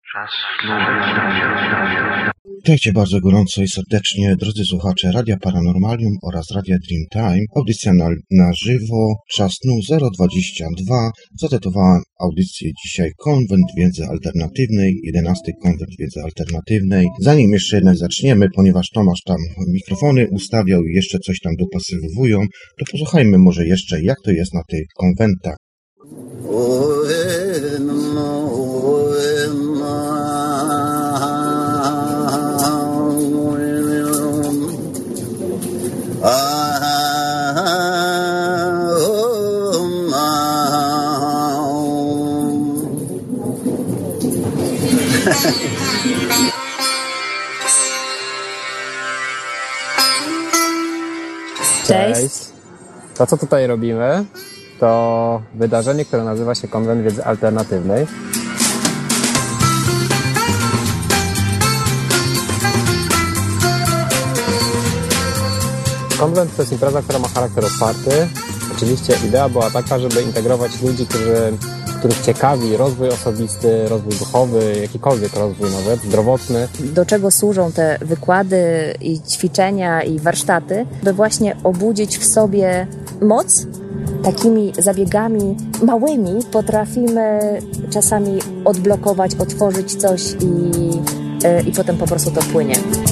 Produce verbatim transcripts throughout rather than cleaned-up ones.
Witajcie bardzo gorąco i serdecznie, drodzy słuchacze Radia Paranormalium oraz Radia Dreamtime. Audycja na, na żywo, czas snu zero dwadzieścia dwa. Zatytułowałem audycję dzisiaj Konwent Wiedzy Alternatywnej, jedenasty Konwent Wiedzy Alternatywnej. Zanim jeszcze jednak zaczniemy, ponieważ Tomasz tam mikrofony ustawiał i jeszcze coś tam dopasowują, to posłuchajmy może jeszcze, jak to jest na tych konwentach. Cześć. To, co tutaj robimy, to wydarzenie, które nazywa się Konwent Wiedzy Alternatywnej. Konwent to jest impreza, która ma charakter otwarty. Oczywiście idea była taka, żeby integrować ludzi, którzy, których ciekawi rozwój osobisty, rozwój duchowy, jakikolwiek rozwój nawet, zdrowotny. Do czego służą te wykłady i ćwiczenia i warsztaty? By właśnie obudzić w sobie moc. Takimi zabiegami małymi potrafimy czasami odblokować, otworzyć coś i, i potem po prostu to płynie.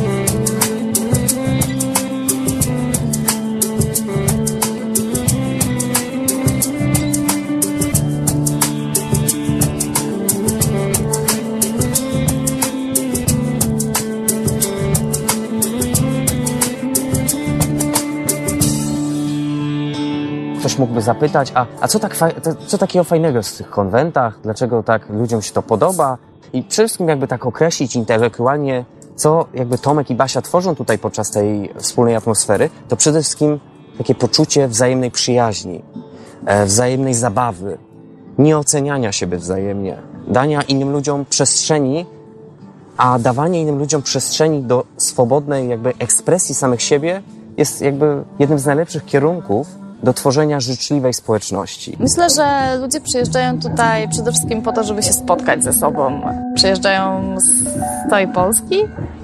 Ktoś mógłby zapytać, a, a co, tak faj, co takiego fajnego jest w tych konwentach? Dlaczego tak ludziom się to podoba? I przede wszystkim jakby tak określić intelektualnie, co jakby Tomek i Basia tworzą tutaj podczas tej wspólnej atmosfery, to przede wszystkim takie poczucie wzajemnej przyjaźni, e, wzajemnej zabawy, nieoceniania siebie wzajemnie, dania innym ludziom przestrzeni, a dawanie innym ludziom przestrzeni do swobodnej jakby ekspresji samych siebie jest jakby jednym z najlepszych kierunków do tworzenia życzliwej społeczności. Myślę, że ludzie przyjeżdżają tutaj przede wszystkim po to, żeby się spotkać ze sobą. Przyjeżdżają z całej Polski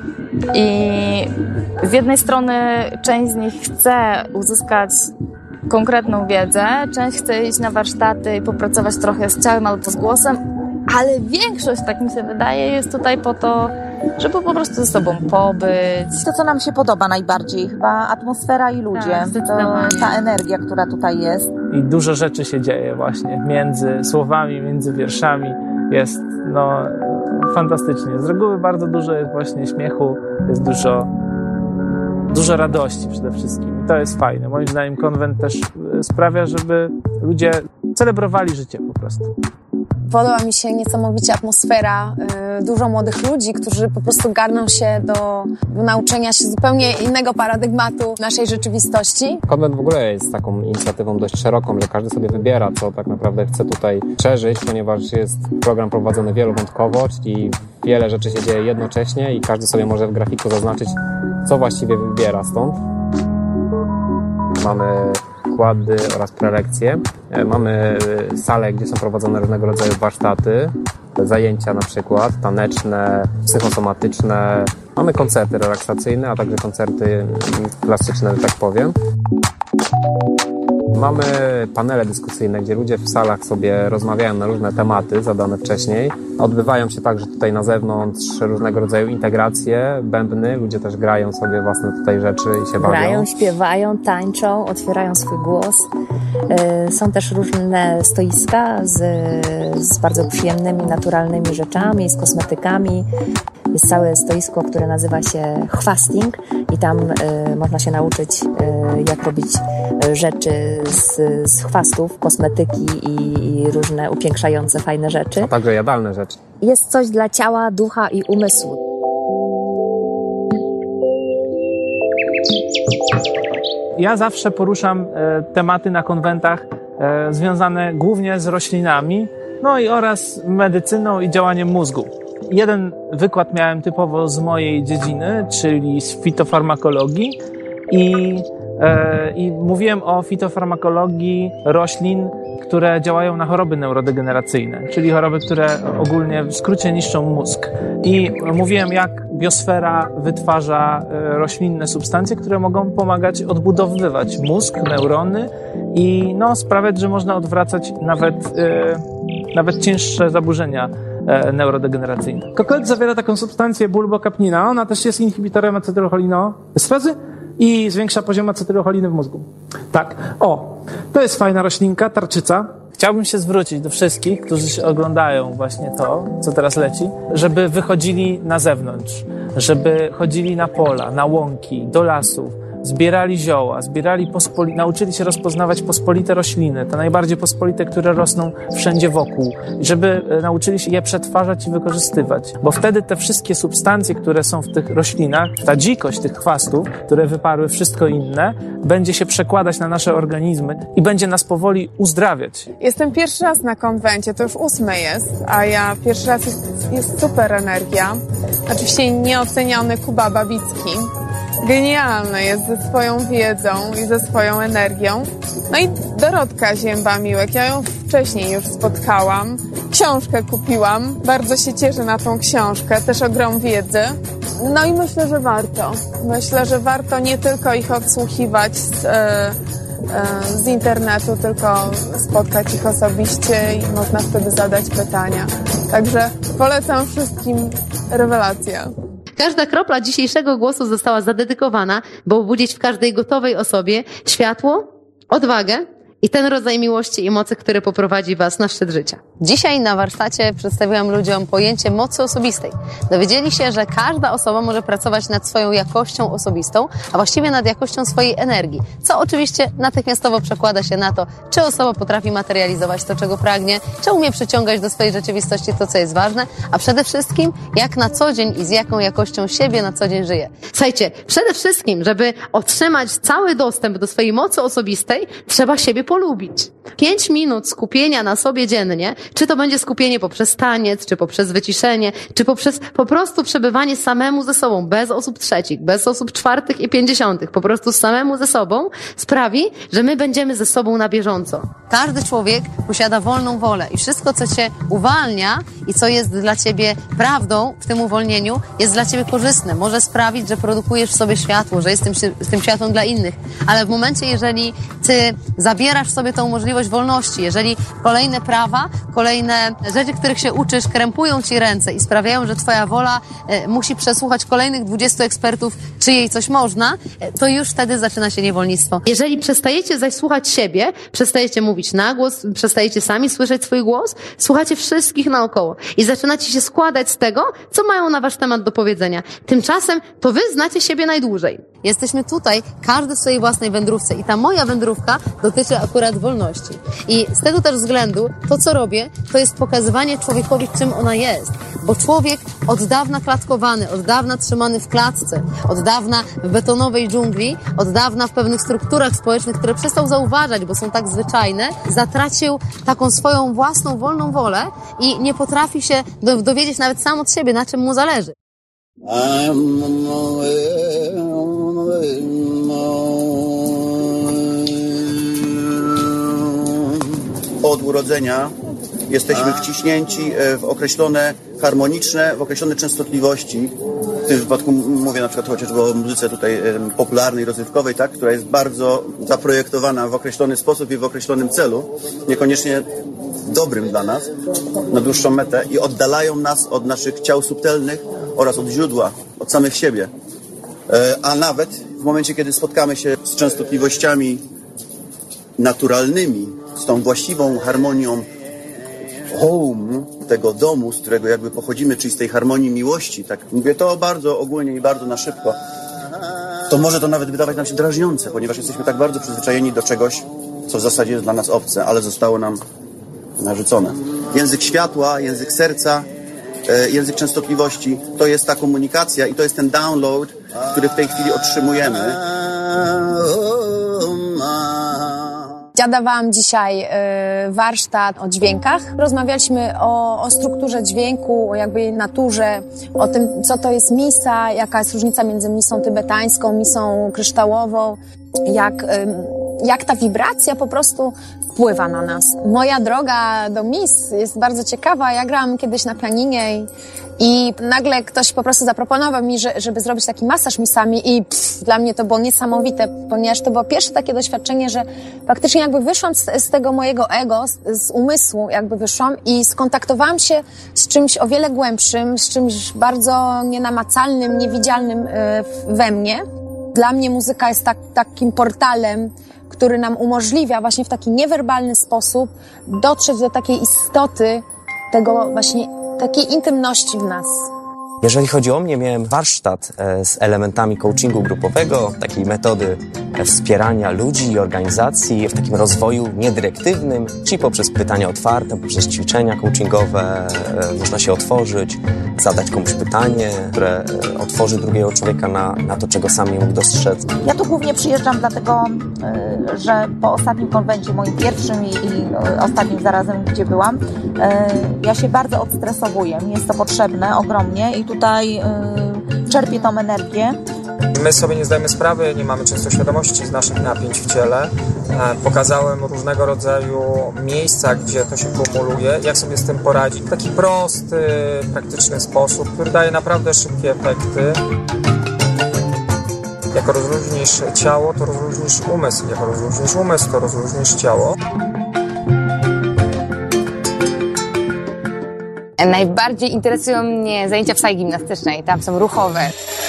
i z jednej strony część z nich chce uzyskać konkretną wiedzę, część chce iść na warsztaty i popracować trochę z ciałem albo z głosem, ale większość, tak mi się wydaje, jest tutaj po to, żeby po prostu ze sobą pobyć. To, co nam się podoba najbardziej, chyba atmosfera i ludzie. Tak, to, ta energia, która tutaj jest. I dużo rzeczy się dzieje właśnie między słowami, między wierszami. Jest no fantastycznie. Z reguły bardzo dużo jest właśnie śmiechu, jest dużo, dużo radości przede wszystkim. I to jest fajne. Moim zdaniem konwent też sprawia, żeby ludzie celebrowali życie po prostu. Podoba mi się niesamowicie atmosfera, y, dużo młodych ludzi, którzy po prostu garną się do, do nauczenia się zupełnie innego paradygmatu naszej rzeczywistości. Konwent w ogóle jest taką inicjatywą dość szeroką, że każdy sobie wybiera, co tak naprawdę chce tutaj przeżyć, ponieważ jest program prowadzony wielowątkowo, czyli wiele rzeczy się dzieje jednocześnie i każdy sobie może w grafiku zaznaczyć, co właściwie wybiera stąd. Mamy wykłady oraz prelekcje. Mamy salę, gdzie są prowadzone różnego rodzaju warsztaty, zajęcia na przykład taneczne, psychosomatyczne. Mamy koncerty relaksacyjne, a także koncerty klasyczne, że tak powiem. Mamy panele dyskusyjne, gdzie ludzie w salach sobie rozmawiają na różne tematy zadane wcześniej. Odbywają się także tutaj na zewnątrz różnego rodzaju integracje, bębny. Ludzie też grają sobie własne tutaj rzeczy i się bawią. Grają, śpiewają, tańczą, otwierają swój głos. Są też różne stoiska z, z bardzo przyjemnymi, naturalnymi rzeczami, z kosmetykami. Jest całe stoisko, które nazywa się chwasting i tam y, można się nauczyć, y, jak robić rzeczy z, z chwastów, kosmetyki i, i różne upiększające fajne rzeczy. A także jadalne rzeczy. Jest coś dla ciała, ducha i umysłu. Ja zawsze poruszam e, tematy na konwentach e, związane głównie z roślinami, no i oraz medycyną i działaniem mózgu. Jeden wykład miałem typowo z mojej dziedziny, czyli z fitofarmakologii i, e, i mówiłem o fitofarmakologii roślin które działają na choroby neurodegeneracyjne, czyli choroby, które ogólnie w skrócie niszczą mózg. I mówiłem, jak biosfera wytwarza roślinne substancje, które mogą pomagać odbudowywać mózg, neurony i no, sprawiać, że można odwracać nawet, yy, nawet cięższe zaburzenia neurodegeneracyjne. Kokolot zawiera taką substancję bulbokapnina, ona też jest inhibitorem acetylcholinoestezy i zwiększa poziom acetylcholiny w mózgu. Tak, o, to jest fajna roślinka, tarczyca. Chciałbym się zwrócić do wszystkich, którzy oglądają właśnie to, co teraz leci, żeby wychodzili na zewnątrz, żeby chodzili na pola, na łąki, do lasów, zbierali zioła, zbierali pospoli- nauczyli się rozpoznawać pospolite rośliny, te najbardziej pospolite, które rosną wszędzie wokół, żeby nauczyli się je przetwarzać i wykorzystywać, bo wtedy te wszystkie substancje, które są w tych roślinach, ta dzikość tych chwastów, które wyparły wszystko inne, będzie się przekładać na nasze organizmy i będzie nas powoli uzdrawiać. Jestem pierwszy raz na konwencie, to już ósmy jest, a ja pierwszy raz jest, jest super energia. Oczywiście nieoceniony Kuba Babicki. Genialny jest ze swoją wiedzą i ze swoją energią. No i Dorotka Zięba-Miłek, ja ją wcześniej już spotkałam. Książkę kupiłam, bardzo się cieszę na tą książkę, też ogrom wiedzy. No i myślę, że warto. Myślę, że warto nie tylko ich odsłuchiwać z, e, e, z internetu, tylko spotkać ich osobiście i można wtedy zadać pytania. Także polecam wszystkim rewelację. Każda kropla dzisiejszego głosu została zadedykowana, by obudzić w każdej gotowej osobie światło, odwagę i ten rodzaj miłości i mocy, który poprowadzi was na szczyt życia. Dzisiaj na warsztacie przedstawiłam ludziom pojęcie mocy osobistej. Dowiedzieli się, że każda osoba może pracować nad swoją jakością osobistą, a właściwie nad jakością swojej energii, co oczywiście natychmiastowo przekłada się na to, czy osoba potrafi materializować to, czego pragnie, czy umie przyciągać do swojej rzeczywistości to, co jest ważne, a przede wszystkim jak na co dzień i z jaką jakością siebie na co dzień żyje. Słuchajcie, przede wszystkim, żeby otrzymać cały dostęp do swojej mocy osobistej, trzeba siebie polubić. Pięć minut skupienia na sobie dziennie, czy to będzie skupienie poprzez taniec, czy poprzez wyciszenie, czy poprzez po prostu przebywanie samemu ze sobą, bez osób trzecich, bez osób czwartych i pięćdziesiątych, po prostu samemu ze sobą, sprawi, że my będziemy ze sobą na bieżąco. Każdy człowiek posiada wolną wolę i wszystko, co cię uwalnia i co jest dla ciebie prawdą w tym uwolnieniu, jest dla ciebie korzystne. Może sprawić, że produkujesz w sobie światło, że jesteś tym, tym światłem dla innych, ale w momencie, jeżeli ty zabierasz sobie tą możliwość wolności, jeżeli kolejne prawa, kolejne rzeczy, których się uczysz, krępują ci ręce i sprawiają, że twoja wola e, musi przesłuchać kolejnych dwudziestu ekspertów, czy jej coś można, e, to już wtedy zaczyna się niewolnictwo. Jeżeli przestajecie zaś słuchać siebie, przestajecie mówić na głos, przestajecie sami słyszeć swój głos, słuchacie wszystkich naokoło i zaczynacie się składać z tego, co mają na wasz temat do powiedzenia. Tymczasem to wy znacie siebie najdłużej. Jesteśmy tutaj, każdy w swojej własnej wędrówce i ta moja wędrówka dotyczy akurat wolności. I z tego też względu to, co robię, to jest pokazywanie człowiekowi, czym ona jest. Bo człowiek od dawna klatkowany, od dawna trzymany w klatce, od dawna w betonowej dżungli, od dawna w pewnych strukturach społecznych, które przestał zauważać, bo są tak zwyczajne, zatracił taką swoją własną, wolną wolę i nie potrafi się dowiedzieć nawet sam od siebie, na czym mu zależy. Od urodzenia jesteśmy wciśnięci w określone harmoniczne, w określone częstotliwości. W tym wypadku mówię na przykład chociażby o muzyce tutaj popularnej, rozrywkowej, tak, która jest bardzo zaprojektowana w określony sposób i w określonym celu, niekoniecznie dobrym dla nas, na dłuższą metę i oddalają nas od naszych ciał subtelnych oraz od źródła, od samych siebie. A nawet w momencie, kiedy spotkamy się z częstotliwościami naturalnymi, z tą właściwą harmonią home, tego domu, z którego jakby pochodzimy, czyli z tej harmonii miłości, tak mówię to bardzo ogólnie i bardzo na szybko, to może to nawet wydawać nam się drażniące, ponieważ jesteśmy tak bardzo przyzwyczajeni do czegoś, co w zasadzie jest dla nas obce, ale zostało nam narzucone. Język światła, język serca, język częstotliwości, to jest ta komunikacja i to jest ten download, który w tej chwili otrzymujemy. Ja dawałam dzisiaj y, warsztat o dźwiękach. Rozmawialiśmy o, o strukturze dźwięku, o jakby jej naturze, o tym, co to jest misa, jaka jest różnica między misą tybetańską, misą kryształową, jak, y, jak ta wibracja po prostu wpływa na nas. Moja droga do Miss jest bardzo ciekawa. Ja grałam kiedyś na pianinie i, i nagle ktoś po prostu zaproponował mi, że, żeby zrobić taki masaż misami i pff, dla mnie to było niesamowite, ponieważ to było pierwsze takie doświadczenie, że faktycznie jakby wyszłam z, z tego mojego ego, z, z umysłu jakby wyszłam i skontaktowałam się z czymś o wiele głębszym, z czymś bardzo nienamacalnym, niewidzialnym we mnie. Dla mnie muzyka jest tak, takim portalem, który nam umożliwia właśnie w taki niewerbalny sposób dotrzeć do takiej istoty, tego właśnie, takiej intymności w nas. Jeżeli chodzi o mnie, miałem warsztat z elementami coachingu grupowego, takiej metody wspierania ludzi i organizacji w takim rozwoju niedyrektywnym, czyli poprzez pytania otwarte, poprzez ćwiczenia coachingowe można się otworzyć, zadać komuś pytanie, które otworzy drugiego człowieka na, na to, czego sam nie mógł dostrzec. Ja tu głównie przyjeżdżam dlatego, że po ostatnim konwencie, moim pierwszym i, i ostatnim zarazem, gdzie byłam, ja się bardzo odstresowuję. Jest to potrzebne ogromnie i tutaj y, czerpię tą energię. My sobie nie zdajemy sprawy, nie mamy często świadomości z naszych napięć w ciele. E, pokazałem różnego rodzaju miejsca, gdzie to się kumuluje, jak sobie z tym poradzić. W taki prosty, praktyczny sposób, który daje naprawdę szybkie efekty. Jak rozluźnisz ciało, to rozluźnisz umysł. Jak rozluźnisz umysł, to rozluźnisz ciało. Najbardziej interesują mnie zajęcia w sali gimnastycznej, tam są ruchowe.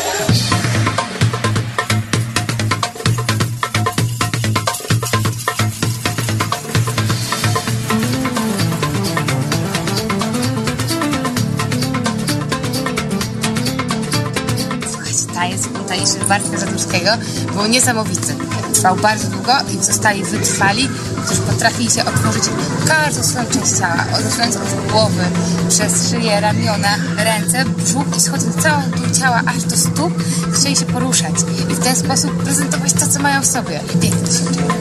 Słuchajcie, taniec tutaj Bartka Zadłużskiego był niesamowity. Trwał bardzo długo i zostali wytrwali, którzy potrafili się otworzyć każdą swoją część ciała, zaczynając od głowy, przez szyję, ramiona, ręce, brzuch i schodząc całą dół ciała aż do stóp, chcieli się poruszać i w ten sposób prezentować to, co mają w sobie. Pięknie to się dzieje.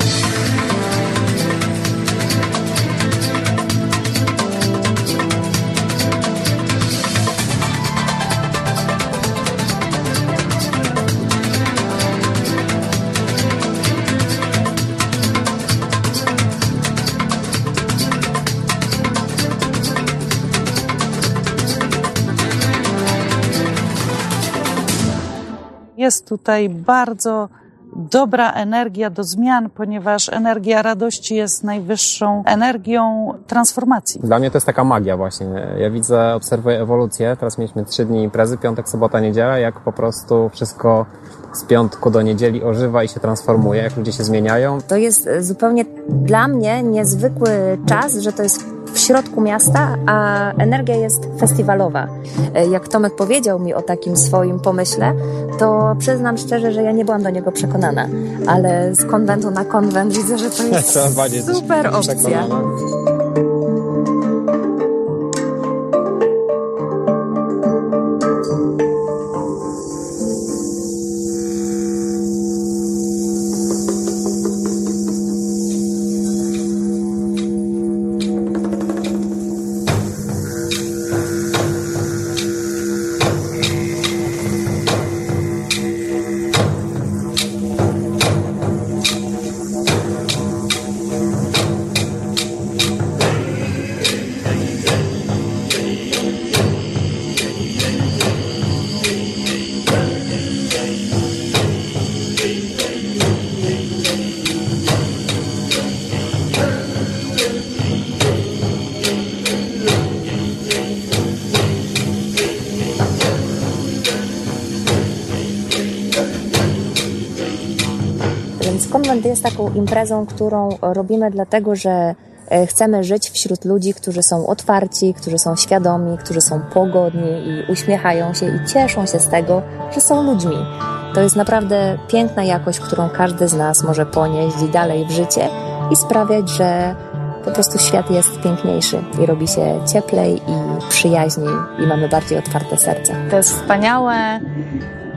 Jest tutaj bardzo dobra energia do zmian, ponieważ energia radości jest najwyższą energią transformacji. Dla mnie to jest taka magia właśnie. Ja widzę, obserwuję ewolucję. Teraz mieliśmy trzy dni imprezy, piątek, sobota, niedziela, jak po prostu wszystko z piątku do niedzieli ożywa i się transformuje, jak ludzie się zmieniają. To jest zupełnie dla mnie niezwykły czas, że to jest w środku miasta, a energia jest festiwalowa. Jak Tomek powiedział mi o takim swoim pomyśle, to przyznam szczerze, że ja nie byłam do niego przekonana, ale z konwentu na konwent widzę, że to jest super opcja. Konwent jest taką imprezą, którą robimy dlatego, że chcemy żyć wśród ludzi, którzy są otwarci, którzy są świadomi, którzy są pogodni i uśmiechają się i cieszą się z tego, że są ludźmi. To jest naprawdę piękna jakość, którą każdy z nas może ponieść dalej w życie i sprawiać, że po prostu świat jest piękniejszy i robi się cieplej i przyjaźniej i mamy bardziej otwarte serce. To jest wspaniałe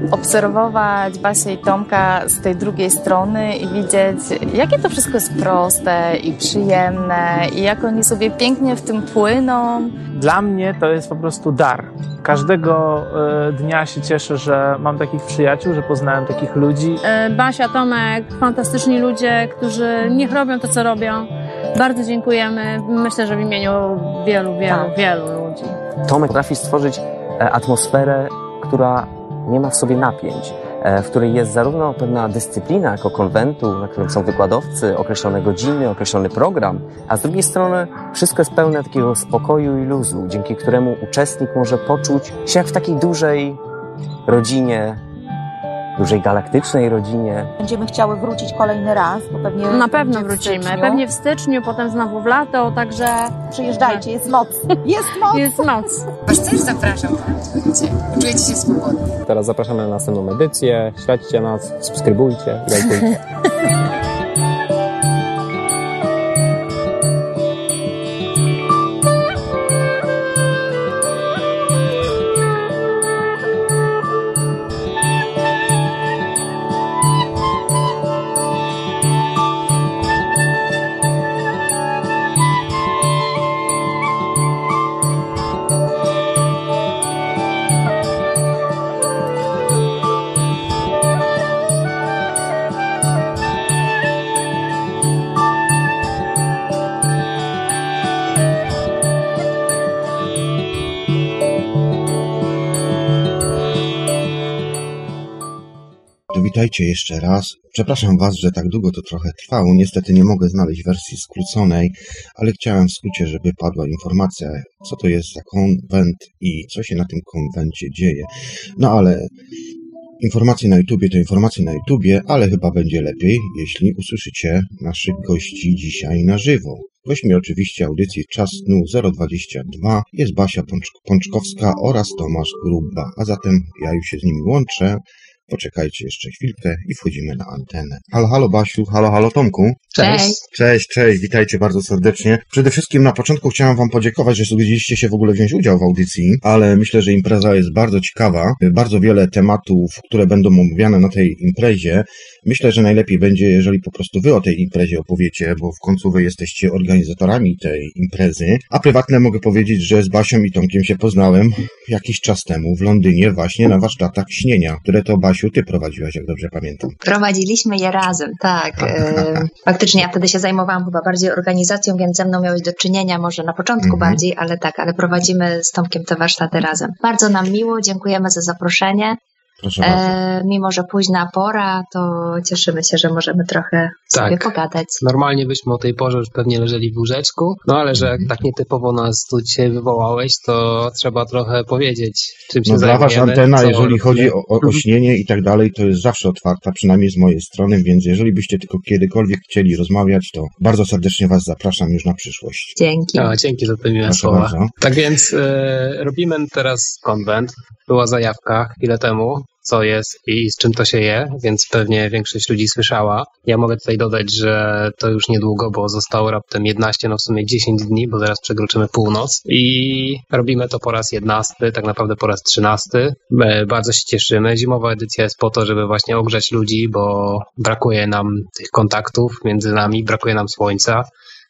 obserwować Basię i Tomka z tej drugiej strony i widzieć, jakie to wszystko jest proste i przyjemne i jak oni sobie pięknie w tym płyną. Dla mnie to jest po prostu dar. Każdego y, dnia się cieszę, że mam takich przyjaciół, że poznałem takich ludzi. Basia, Tomek, fantastyczni ludzie, którzy niech robią to, co robią. Bardzo dziękujemy. Myślę, że w imieniu wielu, wielu, tak. wielu ludzi. Tomek potrafi stworzyć atmosferę, która nie ma w sobie napięć, w której jest zarówno pewna dyscyplina jako konwentu, na którym są wykładowcy, określone godziny, określony program, a z drugiej strony wszystko jest pełne takiego spokoju i luzu, dzięki któremu uczestnik może poczuć się jak w takiej dużej rodzinie, dużej galaktycznej rodzinie. Będziemy chciały wrócić kolejny raz, bo pewnie na pewno wrócimy. Pewnie w styczniu, potem znowu w lato, także przyjeżdżajcie, jest moc. Jest moc. Jest moc. Was też zapraszam. Czujecie się swobodnie. Teraz zapraszamy na następną edycję. Śledźcie nas, subskrybujcie, lajkujcie. Witajcie jeszcze raz. Przepraszam Was, że tak długo to trochę trwało. Niestety nie mogę znaleźć wersji skróconej, ale chciałem w skrócie, żeby padła informacja, co to jest za konwent i co się na tym konwencie dzieje. No ale informacje na YouTubie to informacje na YouTubie, ale chyba będzie lepiej, jeśli usłyszycie naszych gości dzisiaj na żywo. Gośćmi oczywiście audycji Czas Snu zero dwadzieścia dwa jest Basia Pączkowska oraz Tomasz Gruba, a zatem ja już się z nimi łączę. Poczekajcie jeszcze chwilkę i wchodzimy na antenę. Halo, halo Basiu, halo, halo Tomku. Cześć. Cześć, cześć, witajcie bardzo serdecznie. Przede wszystkim na początku chciałem Wam podziękować, że zgodziliście się w ogóle wziąć udział w audycji, ale myślę, że impreza jest bardzo ciekawa. Bardzo wiele tematów, które będą omówiane na tej imprezie. Myślę, że najlepiej będzie, jeżeli po prostu Wy o tej imprezie opowiecie, bo w końcu Wy jesteście organizatorami tej imprezy. A prywatnie mogę powiedzieć, że z Basią i Tomkiem się poznałem jakiś czas temu w Londynie właśnie na warsztatach śnienia, które to Basiu, Ty prowadziłaś, jak dobrze pamiętam. Prowadziliśmy je razem, tak. E, faktycznie ja wtedy się zajmowałam chyba bardziej organizacją, więc ze mną miałeś do czynienia może na początku mhm. bardziej, ale tak, ale prowadzimy z Tomkiem te warsztaty razem. Bardzo nam miło, dziękujemy za zaproszenie. Proszę e, mimo, że późna pora, to cieszymy się, że możemy trochę tak. sobie pogadać. Normalnie byśmy o tej porze już pewnie leżeli w łóżeczku, no ale że jak tak nietypowo nas tu dzisiaj wywołałeś, to trzeba trochę powiedzieć, czym się no zajmujemy. Dla Was antena, co jeżeli chodzi o, o, o śnienie i tak dalej, to jest zawsze otwarta, przynajmniej z mojej strony, więc jeżeli byście tylko kiedykolwiek chcieli rozmawiać, to bardzo serdecznie Was zapraszam już na przyszłość. Dzięki. O, dzięki za te miłe Proszę słowa. bardzo. Tak więc e, robimy teraz konwent. Była zajawka chwilę temu, co jest i z czym to się je, więc pewnie większość ludzi słyszała. Ja mogę tutaj dodać, że to już niedługo, bo zostało raptem jedenaście, no w sumie dziesięć dni, bo zaraz przekroczymy północ i robimy to po raz jedenasty, tak naprawdę po raz trzynasty. Bardzo się cieszymy. Zimowa edycja jest po to, żeby właśnie ogrzać ludzi, bo brakuje nam tych kontaktów między nami, brakuje nam słońca.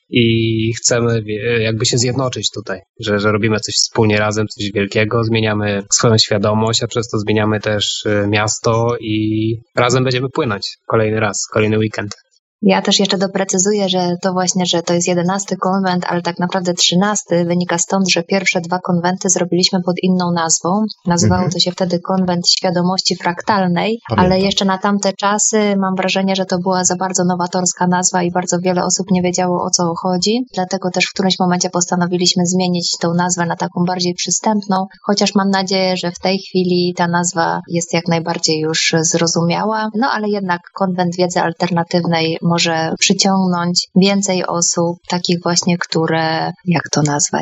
I chcemy jakby się zjednoczyć tutaj, że, że robimy coś wspólnie razem, coś wielkiego, zmieniamy swoją świadomość, a przez to zmieniamy też miasto i razem będziemy płynąć kolejny raz, kolejny weekend. Ja też jeszcze doprecyzuję, że to właśnie, że to jest jedenasty konwent, ale tak naprawdę trzynasty wynika stąd, że pierwsze dwa konwenty zrobiliśmy pod inną nazwą. Nazywało mhm. to się wtedy Konwent Świadomości Fraktalnej, Pamiętam. ale jeszcze na tamte czasy mam wrażenie, że to była za bardzo nowatorska nazwa i bardzo wiele osób nie wiedziało, o co chodzi. Dlatego też w którymś momencie postanowiliśmy zmienić tą nazwę na taką bardziej przystępną, chociaż mam nadzieję, że w tej chwili ta nazwa jest jak najbardziej już zrozumiała. No ale jednak Konwent Wiedzy Alternatywnej może przyciągnąć więcej osób, takich właśnie, które, jak to nazwać,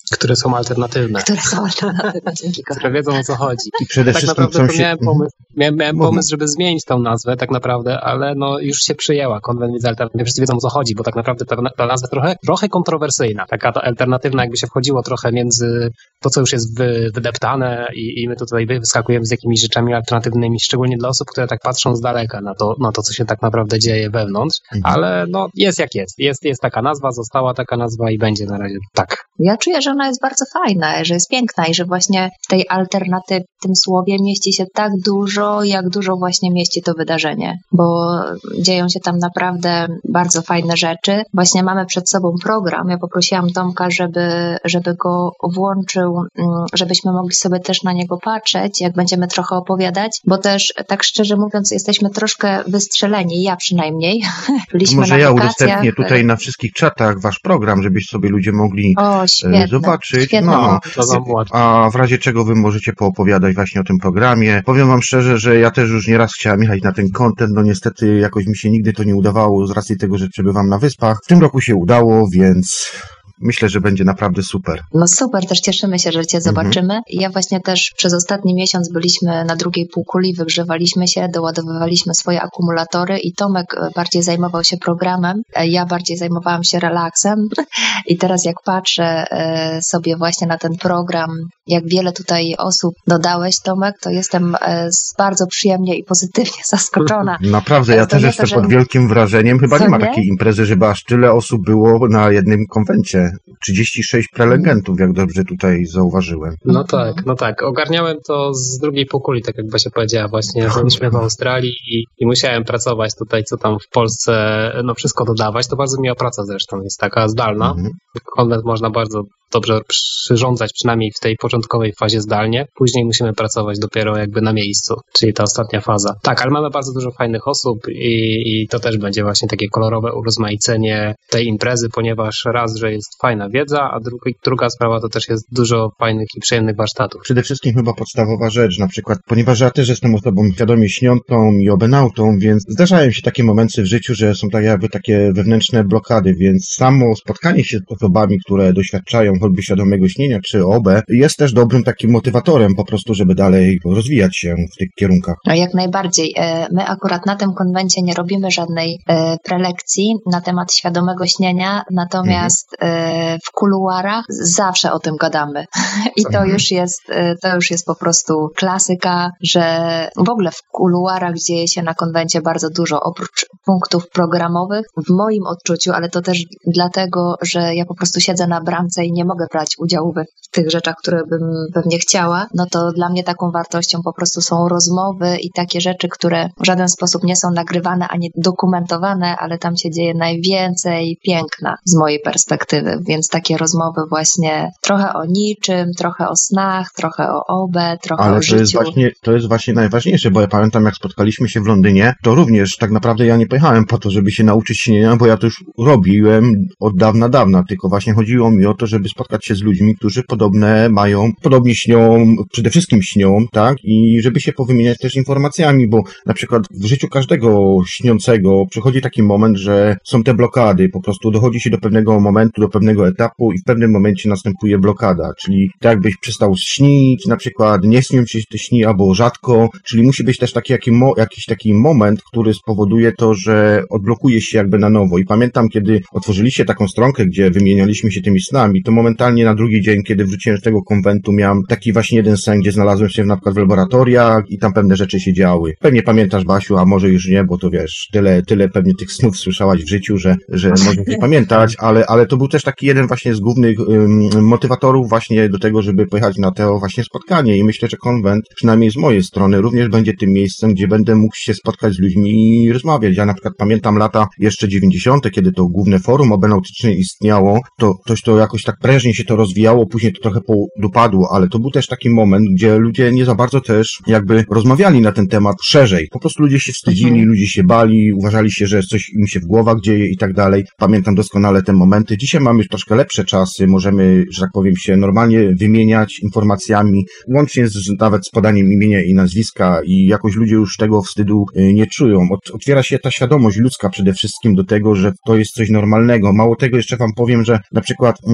Które są alternatywne. Które są alternatywne, dzięki kochani. Które wiedzą, o co chodzi. I przede tak wszystkim naprawdę to się... miałem pomysł, miałem, miałem pomysł, żeby zmienić tą nazwę tak naprawdę, ale no już się przyjęła. Konwent wiedzy alternatywnej. Wszyscy wiedzą, o co chodzi, bo tak naprawdę ta, ta nazwa jest trochę, trochę kontrowersyjna. Taka ta alternatywna, jakby się wchodziło trochę między to, co już jest wy, wydeptane i, i my tutaj wyskakujemy z jakimiś rzeczami alternatywnymi, szczególnie dla osób, które tak patrzą z daleka na to, na to co się tak naprawdę dzieje wewnątrz, mhm. ale no jest jak jest. jest. Jest taka nazwa, została taka nazwa i będzie na razie tak. Ja czuję, że ona jest bardzo fajna, że jest piękna i że właśnie w tej alternatywie, w tym słowie mieści się tak dużo, jak dużo właśnie mieści to wydarzenie, bo dzieją się tam naprawdę bardzo fajne rzeczy. Właśnie mamy przed sobą program. Ja poprosiłam Tomka, żeby, żeby go włączył, żebyśmy mogli sobie też na niego patrzeć, jak będziemy trochę opowiadać, bo też tak szczerze mówiąc jesteśmy troszkę wystrzeleni, ja przynajmniej. Byliśmy Może na ja wakacjach. udostępnię tutaj na wszystkich czatach wasz program, żebyś sobie ludzie mogli o, świetne, zobaczyć. Świetne. No, a w razie czego wy możecie poopowiadać właśnie o tym programie. Powiem wam szczerze, że ja też już nieraz chciałem jechać na ten content, no niestety jakoś mi się nigdy to nie udawało z racji tego, że przebywam na wyspach. W tym roku się udało, więc myślę, że będzie naprawdę super. No super, też cieszymy się, że Cię zobaczymy. Mhm. Ja właśnie też przez ostatni miesiąc byliśmy na drugiej półkuli, wygrzewaliśmy się, doładowywaliśmy swoje akumulatory i Tomek bardziej zajmował się programem, ja bardziej zajmowałam się relaksem i teraz jak patrzę sobie właśnie na ten program, jak wiele tutaj osób dodałeś, Tomek, to jestem bardzo przyjemnie i pozytywnie zaskoczona. Naprawdę, ja też jestem pod wielkim wrażeniem. Chyba nie ma takiej imprezy, żeby aż tyle osób było na jednym konwencie. trzydzieści sześć prelegentów, jak dobrze tutaj zauważyłem. No tak, no tak. Ogarniałem to z drugiej półkuli, tak jak Basia powiedziała właśnie. Byliśmy w Australii i, i musiałem pracować tutaj, co tam w Polsce, no wszystko dodawać. To bardzo miła praca zresztą, jest taka zdalna. Mhm. Konwent można bardzo dobrze przyrządzać, przynajmniej w tej początkowej fazie zdalnie. Później musimy pracować dopiero jakby na miejscu, czyli ta ostatnia faza. Tak, ale mamy bardzo dużo fajnych osób i, i to też będzie właśnie takie kolorowe urozmaicenie tej imprezy, ponieważ raz, że jest fajna wiedza, a druga, druga sprawa to też jest dużo fajnych i przyjemnych warsztatów. Przede wszystkim chyba podstawowa rzecz, na przykład, ponieważ ja też jestem osobą świadomie śniącą i obenautą, więc zdarzają się takie momenty w życiu, że są tak jakby takie wewnętrzne blokady, więc samo spotkanie się z osobami, które doświadczają choćby świadomego śnienia czy O B, jest też dobrym takim motywatorem po prostu, żeby dalej rozwijać się w tych kierunkach. No jak najbardziej. My akurat na tym konwencie nie robimy żadnej prelekcji na temat świadomego śnienia, natomiast mhm. w kuluarach zawsze o tym gadamy. I to już jest, to już jest po prostu klasyka, że w ogóle w kuluarach dzieje się na konwencie bardzo dużo, oprócz punktów programowych, w moim odczuciu, ale to też dlatego, że ja po prostu siedzę na bramce i nie mogę brać udziału we w tych rzeczach, które bym pewnie chciała, no to dla mnie taką wartością po prostu są rozmowy i takie rzeczy, które w żaden sposób nie są nagrywane ani dokumentowane, ale tam się dzieje najwięcej piękna z mojej perspektywy, więc takie rozmowy właśnie trochę o niczym, trochę o snach, trochę o O B, trochę ale o to życiu. Jest właśnie, to jest właśnie najważniejsze, bo ja pamiętam, jak spotkaliśmy się w Londynie, to również tak naprawdę ja nie pojechałem po to, żeby się nauczyć śnienia, bo ja to już robiłem od dawna, dawna, tylko właśnie chodziło mi o to, żeby spotkać się z ludźmi, którzy podobne mają, podobnie śnią, przede wszystkim śnią, tak, i żeby się powymieniać też informacjami, bo na przykład w życiu każdego śniącego przychodzi taki moment, że są te blokady, po prostu dochodzi się do pewnego momentu, do pewnego etapu i w pewnym momencie następuje blokada, czyli tak jakbyś przestał śnić, na przykład nie śnią się te śni albo rzadko, czyli musi być też taki jaki mo, jakiś taki moment, który spowoduje to, że odblokuje się jakby na nowo i pamiętam, kiedy otworzyliście taką stronkę, gdzie wymienialiśmy się tymi snami, to momentalnie na drugi dzień, kiedy wróciłem z tego konwentu, miałem taki właśnie jeden sen, gdzie znalazłem się na przykład w laboratoriach i tam pewne rzeczy się działy. Pewnie pamiętasz, Basiu, a może już nie, bo to wiesz, tyle, tyle pewnie tych snów słyszałaś w życiu, że, że możesz nie pamiętać, ale, ale to był też taki jeden właśnie z głównych um, motywatorów właśnie do tego, żeby pojechać na to właśnie spotkanie i myślę, że konwent, przynajmniej z mojej strony, również będzie tym miejscem, gdzie będę mógł się spotkać z ludźmi i rozmawiać. Ja na przykład pamiętam lata jeszcze dziewięćdziesiąte, kiedy to główne forum obenautyczne istniało, to coś to jakoś tak prężnie się to rozwijało, później to trochę podupadło, ale to był też taki moment, gdzie ludzie nie za bardzo też jakby rozmawiali na ten temat szerzej. Po prostu ludzie się wstydzili, mhm. ludzie się bali, uważali się, że coś im się w głowach dzieje i tak dalej. Pamiętam doskonale te momenty. Dzisiaj mamy już troszkę lepsze czasy, możemy, że tak powiem, się normalnie wymieniać informacjami, łącznie z, nawet z podaniem imienia i nazwiska i jakoś ludzie już tego wstydu nie czują. Otwiera się ta świadomość ludzka przede wszystkim do tego, że to jest coś normalnego. Mało tego, jeszcze wam powiem, że na przykład m, inaczej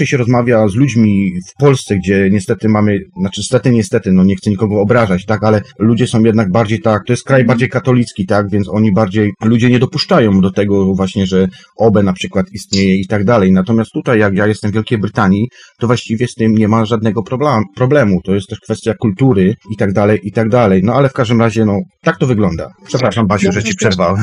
inaczej się rozmawia z ludźmi w Polsce, gdzie niestety mamy, znaczy niestety, niestety, no nie chcę nikogo obrażać, tak, ale ludzie są jednak bardziej tak, to jest kraj bardziej katolicki, tak, więc oni bardziej, ludzie nie dopuszczają do tego właśnie, że O B E na przykład istnieje i tak dalej. Natomiast tutaj, jak ja jestem w Wielkiej Brytanii, to właściwie z tym nie ma żadnego problem, problemu. To jest też kwestia kultury i tak dalej, i tak dalej. No ale w każdym razie, no, tak to wygląda. Przepraszam, Basiu, że ci przerwałem.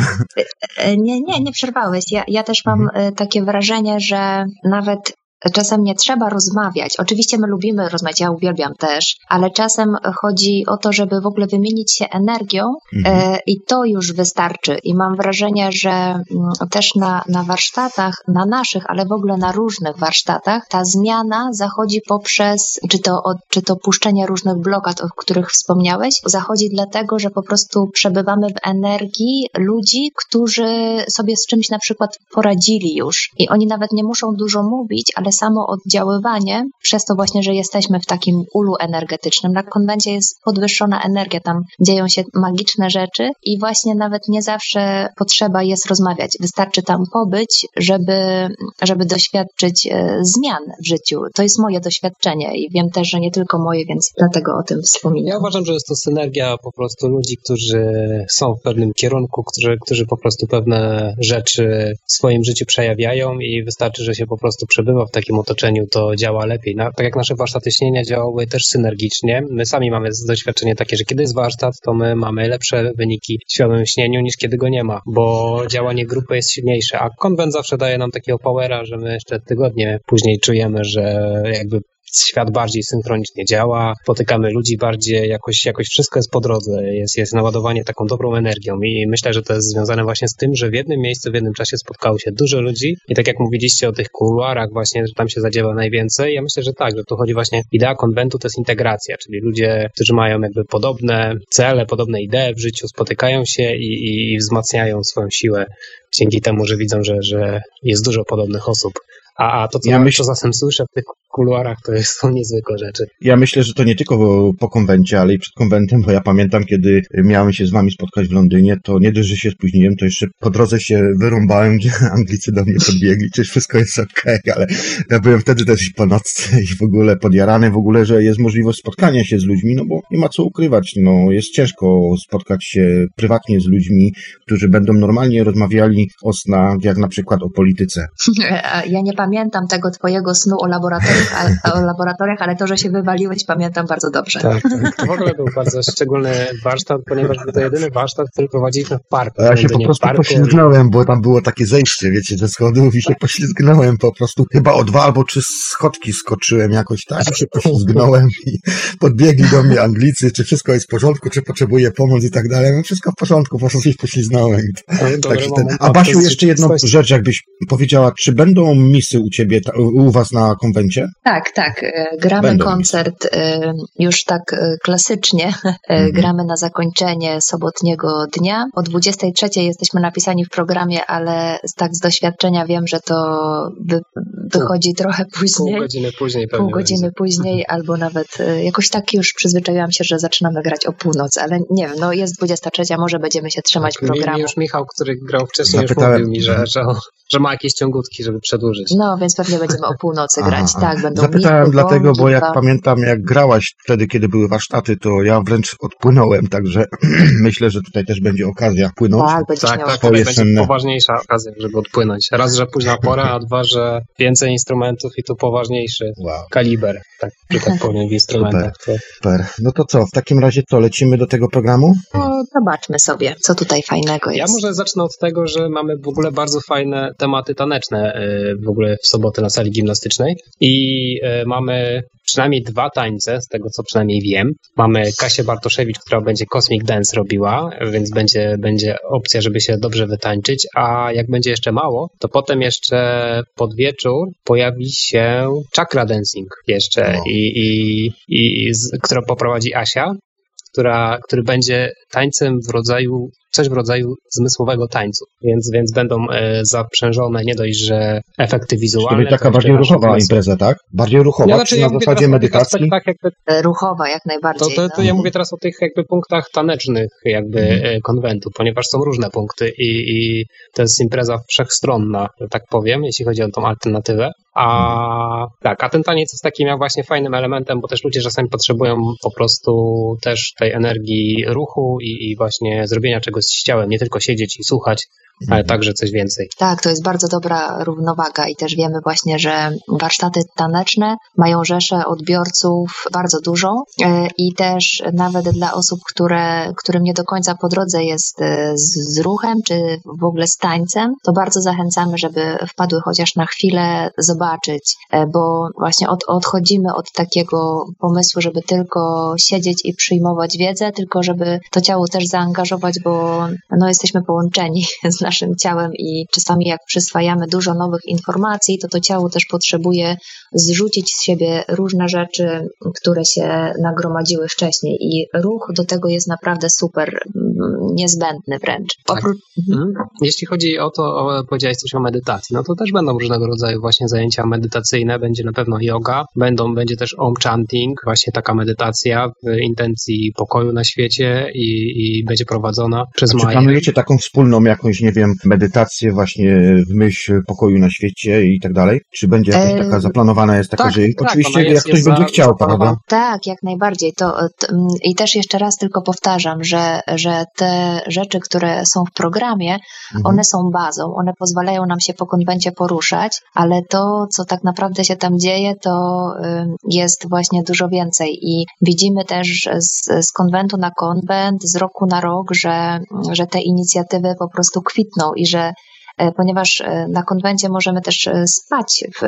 Nie, nie, nie przerwałeś. Ja, ja też mam mhm. takie wrażenie, że nawet czasem nie trzeba rozmawiać. Oczywiście my lubimy rozmawiać, ja uwielbiam też, ale czasem chodzi o to, żeby w ogóle wymienić się energią mhm. e, i to już wystarczy. I mam wrażenie, że m, też na, na warsztatach, na naszych, ale w ogóle na różnych warsztatach, ta zmiana zachodzi poprzez, czy to, od, czy to puszczenie różnych blokad, o których wspomniałeś, zachodzi dlatego, że po prostu przebywamy w energii ludzi, którzy sobie z czymś na przykład poradzili już. I oni nawet nie muszą dużo mówić, ale samo oddziaływanie, przez to właśnie, że jesteśmy w takim ulu energetycznym. Na konwencie jest podwyższona energia, tam dzieją się magiczne rzeczy i właśnie nawet nie zawsze potrzeba jest rozmawiać. Wystarczy tam pobyć, żeby, żeby doświadczyć e, zmian w życiu. To jest moje doświadczenie i wiem też, że nie tylko moje, więc dlatego o tym wspominam. Ja uważam, że jest to synergia po prostu ludzi, którzy są w pewnym kierunku, którzy, którzy po prostu pewne rzeczy w swoim życiu przejawiają i wystarczy, że się po prostu przebywa w takim otoczeniu, to działa lepiej. No, tak jak nasze warsztaty śnienia działały też synergicznie. My sami mamy doświadczenie takie, że kiedy jest warsztat, to my mamy lepsze wyniki w świadomym śnieniu niż kiedy go nie ma, bo działanie grupy jest silniejsze, a konwent zawsze daje nam takiego powera, że my jeszcze tygodnie później czujemy, że jakby świat bardziej synchronicznie działa, spotykamy ludzi bardziej, jakoś, jakoś wszystko jest po drodze, jest, jest naładowanie taką dobrą energią i myślę, że to jest związane właśnie z tym, że w jednym miejscu, w jednym czasie spotkało się dużo ludzi i tak jak mówiliście o tych kuluarach właśnie, że tam się zadziewa najwięcej, ja myślę, że tak, że tu chodzi właśnie, idea konwentu to jest integracja, czyli ludzie, którzy mają jakby podobne cele, podobne idee w życiu, spotykają się i, i, i wzmacniają swoją siłę dzięki temu, że widzą, że, że jest dużo podobnych osób. A, a to, co, ja myśl... co czasem słyszę w tych kuluarach, to jest, są niezwykłe rzeczy. Ja myślę, że to nie tylko po konwencie, ale i przed konwentem, bo ja pamiętam, kiedy miałem się z wami spotkać w Londynie, to nie dość, że się spóźniłem, to jeszcze po drodze się wyrąbałem, gdzie Anglicy do mnie podbiegli, czy wszystko jest okej, okay, ale ja byłem wtedy też po nocce i w ogóle podjarany, w ogóle, że jest możliwość spotkania się z ludźmi, no bo nie ma co ukrywać, no jest ciężko spotkać się prywatnie z ludźmi, którzy będą normalnie rozmawiali o snach, jak na przykład o polityce. Ja nie pamiętam tego twojego snu o laboratoriach, ale, o laboratoriach, ale to, że się wywaliłeś, pamiętam bardzo dobrze. Tak, tak. W ogóle był bardzo szczególny warsztat, ponieważ był to jedyny warsztat, który prowadziliśmy w parku. Ja się po prostu parku. poślizgnąłem, bo tam było takie zejście, wiecie, ze schodów i się poślizgnąłem po prostu. Chyba o dwa albo trzy schodki skoczyłem jakoś tak i się poślizgnąłem i podbiegli do mnie Anglicy, czy wszystko jest w porządku, czy potrzebuję pomoc i tak dalej. No wszystko w porządku, po prostu się poślizgnąłem. Tak, ten... A Basiu, jeszcze jedną coś... rzecz, jakbyś powiedziała, czy będą misy u ciebie, u was na konwencie? Tak, tak. Gramy Będą koncert już tak klasycznie. Mhm. Gramy na zakończenie sobotniego dnia. O dwudziestej trzeciej jesteśmy napisani w programie, ale tak z doświadczenia wiem, że to wy, wychodzi pół, trochę później. Pół godziny później. Pół godziny będzie. później, albo nawet jakoś tak już przyzwyczaiłam się, że zaczynamy grać o północy, ale nie wiem, no jest dwudziesta trzecia, może będziemy się trzymać tak, programu. Mi już Michał, który grał wcześniej, Zapytałem. już mówił mi, że, że, że ma jakieś ciągutki, żeby przedłużyć. No, więc pewnie będziemy o północy grać. Aha, tak, będą Zapytałem misy, dlatego, bąki, bo jak dwa... pamiętam, jak grałaś wtedy, kiedy były warsztaty, to ja wręcz odpłynąłem, także myślę, że tutaj też będzie okazja płynąć. Tak, będzie tak, tak, to będzie poważniejsza okazja, żeby odpłynąć. Raz, że późna pora, a dwa, że więcej instrumentów i tu poważniejszy wow. kaliber, tak, że tak powiem, w instrumentach. Super, super. No to co, w takim razie to lecimy do tego programu? No, zobaczmy sobie, co tutaj fajnego jest. Ja może zacznę od tego, że mamy w ogóle bardzo fajne tematy taneczne w ogóle w sobotę na sali gimnastycznej i mamy przynajmniej dwa tańce, z tego co przynajmniej wiem. Mamy Kasię Bartoszewicz, która będzie Cosmic Dance robiła, więc będzie, będzie opcja, żeby się dobrze wytańczyć, a jak będzie jeszcze mało, to potem jeszcze pod wieczór pojawi się Chakra Dancing jeszcze, no. i, i, i z, którą poprowadzi Asia, która, który będzie tańcem w rodzaju coś w rodzaju zmysłowego tańcu, więc, więc będą e, zaprzężone nie dość, że efekty wizualne. Czyli taka bardziej ruchowa impreza, tak? Bardziej ruchowa, ja, znaczy, czy ja na zasadzie medytacji? Jakby... Ruchowa, jak najbardziej. To, to, to no. ja mówię teraz o tych jakby punktach tanecznych jakby mhm. konwentu, ponieważ są różne punkty i, i to jest impreza wszechstronna, że tak powiem, jeśli chodzi o tą alternatywę. A tak, a ten taniec jest takim jak właśnie fajnym elementem, bo też ludzie czasami potrzebują po prostu też tej energii ruchu i, i właśnie zrobienia czegoś z ciałem, nie tylko siedzieć i słuchać, ale także coś więcej. Tak, to jest bardzo dobra równowaga i też wiemy właśnie, że warsztaty taneczne mają rzeszę odbiorców bardzo dużą i też nawet dla osób, które, którym nie do końca po drodze jest z, z ruchem, czy w ogóle z tańcem, to bardzo zachęcamy, żeby wpadły chociaż na chwilę zobaczyć, bo właśnie od, odchodzimy od takiego pomysłu, żeby tylko siedzieć i przyjmować wiedzę, tylko żeby to ciało też zaangażować, bo no, jesteśmy połączeni z naszym ciałem i czasami jak przyswajamy dużo nowych informacji, to to ciało też potrzebuje zrzucić z siebie różne rzeczy, które się nagromadziły wcześniej i ruch do tego jest naprawdę super, niezbędny wręcz. Tak. Oprócz... mhm. Jeśli chodzi o to, o, powiedziałeś coś o medytacji, no to też będą różnego rodzaju właśnie zajęcia medytacyjne, będzie na pewno yoga, będą, będzie też om chanting, właśnie taka medytacja w intencji pokoju na świecie i, i będzie prowadzona przez Maję. Czy planujecie taką wspólną jakąś, nie wiem, medytację właśnie w myśl pokoju na świecie i tak dalej? Czy będzie jakaś taka zaplanowana jest taka, tak, że tak, oczywiście jest, jak ktoś jest będzie za, chciał, prawda? Tak, jak najbardziej. To, to, i też jeszcze raz tylko powtarzam, że, że te rzeczy, które są w programie, mhm. one są bazą, one pozwalają nam się po konwencie poruszać, ale to, co tak naprawdę się tam dzieje, to jest właśnie dużo więcej i widzimy też z, z konwentu na konwent, z roku na rok, że, że te inicjatywy po prostu kwitną i że ponieważ na konwencie możemy też spać. W,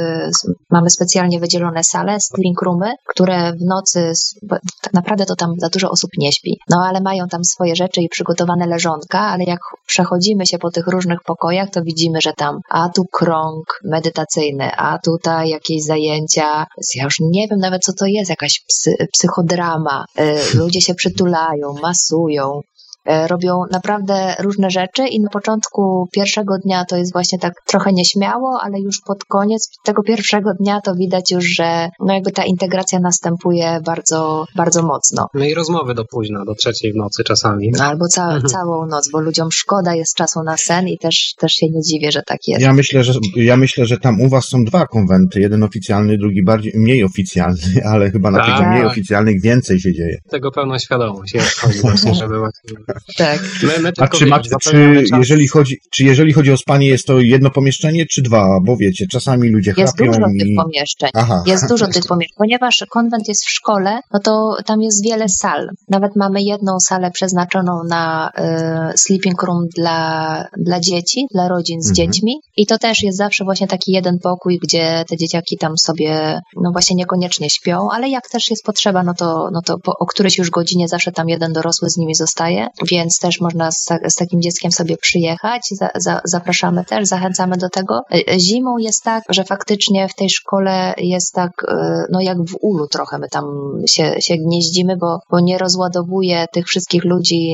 mamy specjalnie wydzielone sale, sleeping roomy, które w nocy, tak naprawdę to tam za dużo osób nie śpi, no ale mają tam swoje rzeczy i przygotowane leżonka, ale jak przechodzimy się po tych różnych pokojach, to widzimy, że tam a tu krąg medytacyjny, a tutaj jakieś zajęcia, ja już nie wiem nawet co to jest, jakaś psy, psychodrama, ludzie się przytulają, masują, robią naprawdę różne rzeczy i na początku pierwszego dnia to jest właśnie tak trochę nieśmiało, ale już pod koniec tego pierwszego dnia to widać już, że no jakby ta integracja następuje bardzo, bardzo mocno. No i rozmowy do późna, do trzeciej w nocy czasami. Albo ca- mhm. całą noc, bo ludziom szkoda jest czasu na sen i też, też się nie dziwię, że tak jest. Ja myślę, że ja myślę, że tam u was są dwa konwenty, jeden oficjalny, drugi bardziej mniej oficjalny, ale chyba na tak. tych mniej oficjalnych więcej się dzieje. Tego pełna świadomość jest, chodzi właśnie, żeby właśnie... Tak. My, my A czy, macie, czy, jeżeli chodzi, czy jeżeli chodzi o spanie, jest to jedno pomieszczenie, czy dwa? Bo wiecie, czasami ludzie jest chrapią dużo i... tych pomieszczeń. Aha. Jest dużo tych pomieszczeń. Ponieważ konwent jest w szkole, no to tam jest wiele sal. Nawet mamy jedną salę przeznaczoną na y, sleeping room dla, dla dzieci, dla rodzin z mhm. dziećmi. I to też jest zawsze właśnie taki jeden pokój, gdzie te dzieciaki tam sobie, no właśnie niekoniecznie śpią, ale jak też jest potrzeba, no to, no to po, o którejś już godzinie zawsze tam jeden dorosły z nimi zostaje. Więc też można z, z takim dzieckiem sobie przyjechać. Za, za, zapraszamy też, zachęcamy do tego. Zimą jest tak, że faktycznie w tej szkole jest tak, no jak w ulu trochę my tam się, się gnieździmy, bo, bo nie rozładowuje tych wszystkich ludzi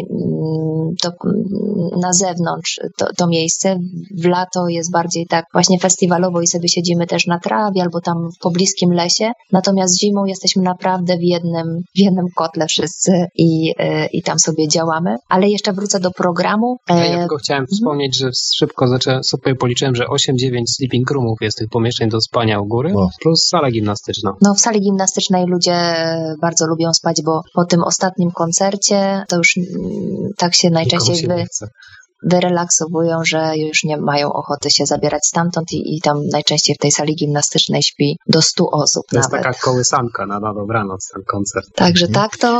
to, na zewnątrz to, to miejsce. W lato jest bardziej tak właśnie festiwalowo i sobie siedzimy też na trawie albo tam w pobliskim lesie. Natomiast zimą jesteśmy naprawdę w jednym, w jednym kotle wszyscy i, i tam sobie działamy. Ale jeszcze wrócę do programu. Ja, ja tylko chciałem mhm. wspomnieć, że szybko zacząłem, sobie policzyłem, że osiem dziewięć sleeping roomów jest tych pomieszczeń do spania u góry, o. plus sala gimnastyczna. No w sali gimnastycznej ludzie bardzo lubią spać, bo po tym ostatnim koncercie to już tak się najczęściej się wy... wyrelaksowują, że już nie mają ochoty się zabierać stamtąd i, i tam najczęściej w tej sali gimnastycznej śpi do stu osób to nawet. To jest taka kołysanka na, na dobranoc ten koncert. Także mhm. tak to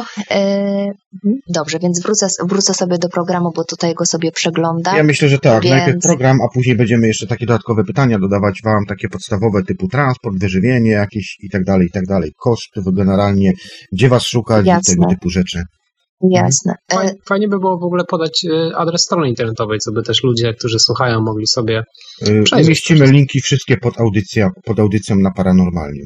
yy, dobrze, więc wrócę, wrócę sobie do programu, bo tutaj go sobie przeglądam. Ja myślę, że tak, więc... najpierw program, a później będziemy jeszcze takie dodatkowe pytania dodawać wam, takie podstawowe typu transport, wyżywienie jakieś i tak dalej, i tak dalej, koszty generalnie, gdzie was szukać Jasne. i tego typu rzeczy. Jasne. Fajnie, fajnie by było w ogóle podać adres strony internetowej, co by też ludzie, którzy słuchają, mogli sobie przejrzeć. Umieścimy linki wszystkie pod, audycja, pod audycją na Paranormalium.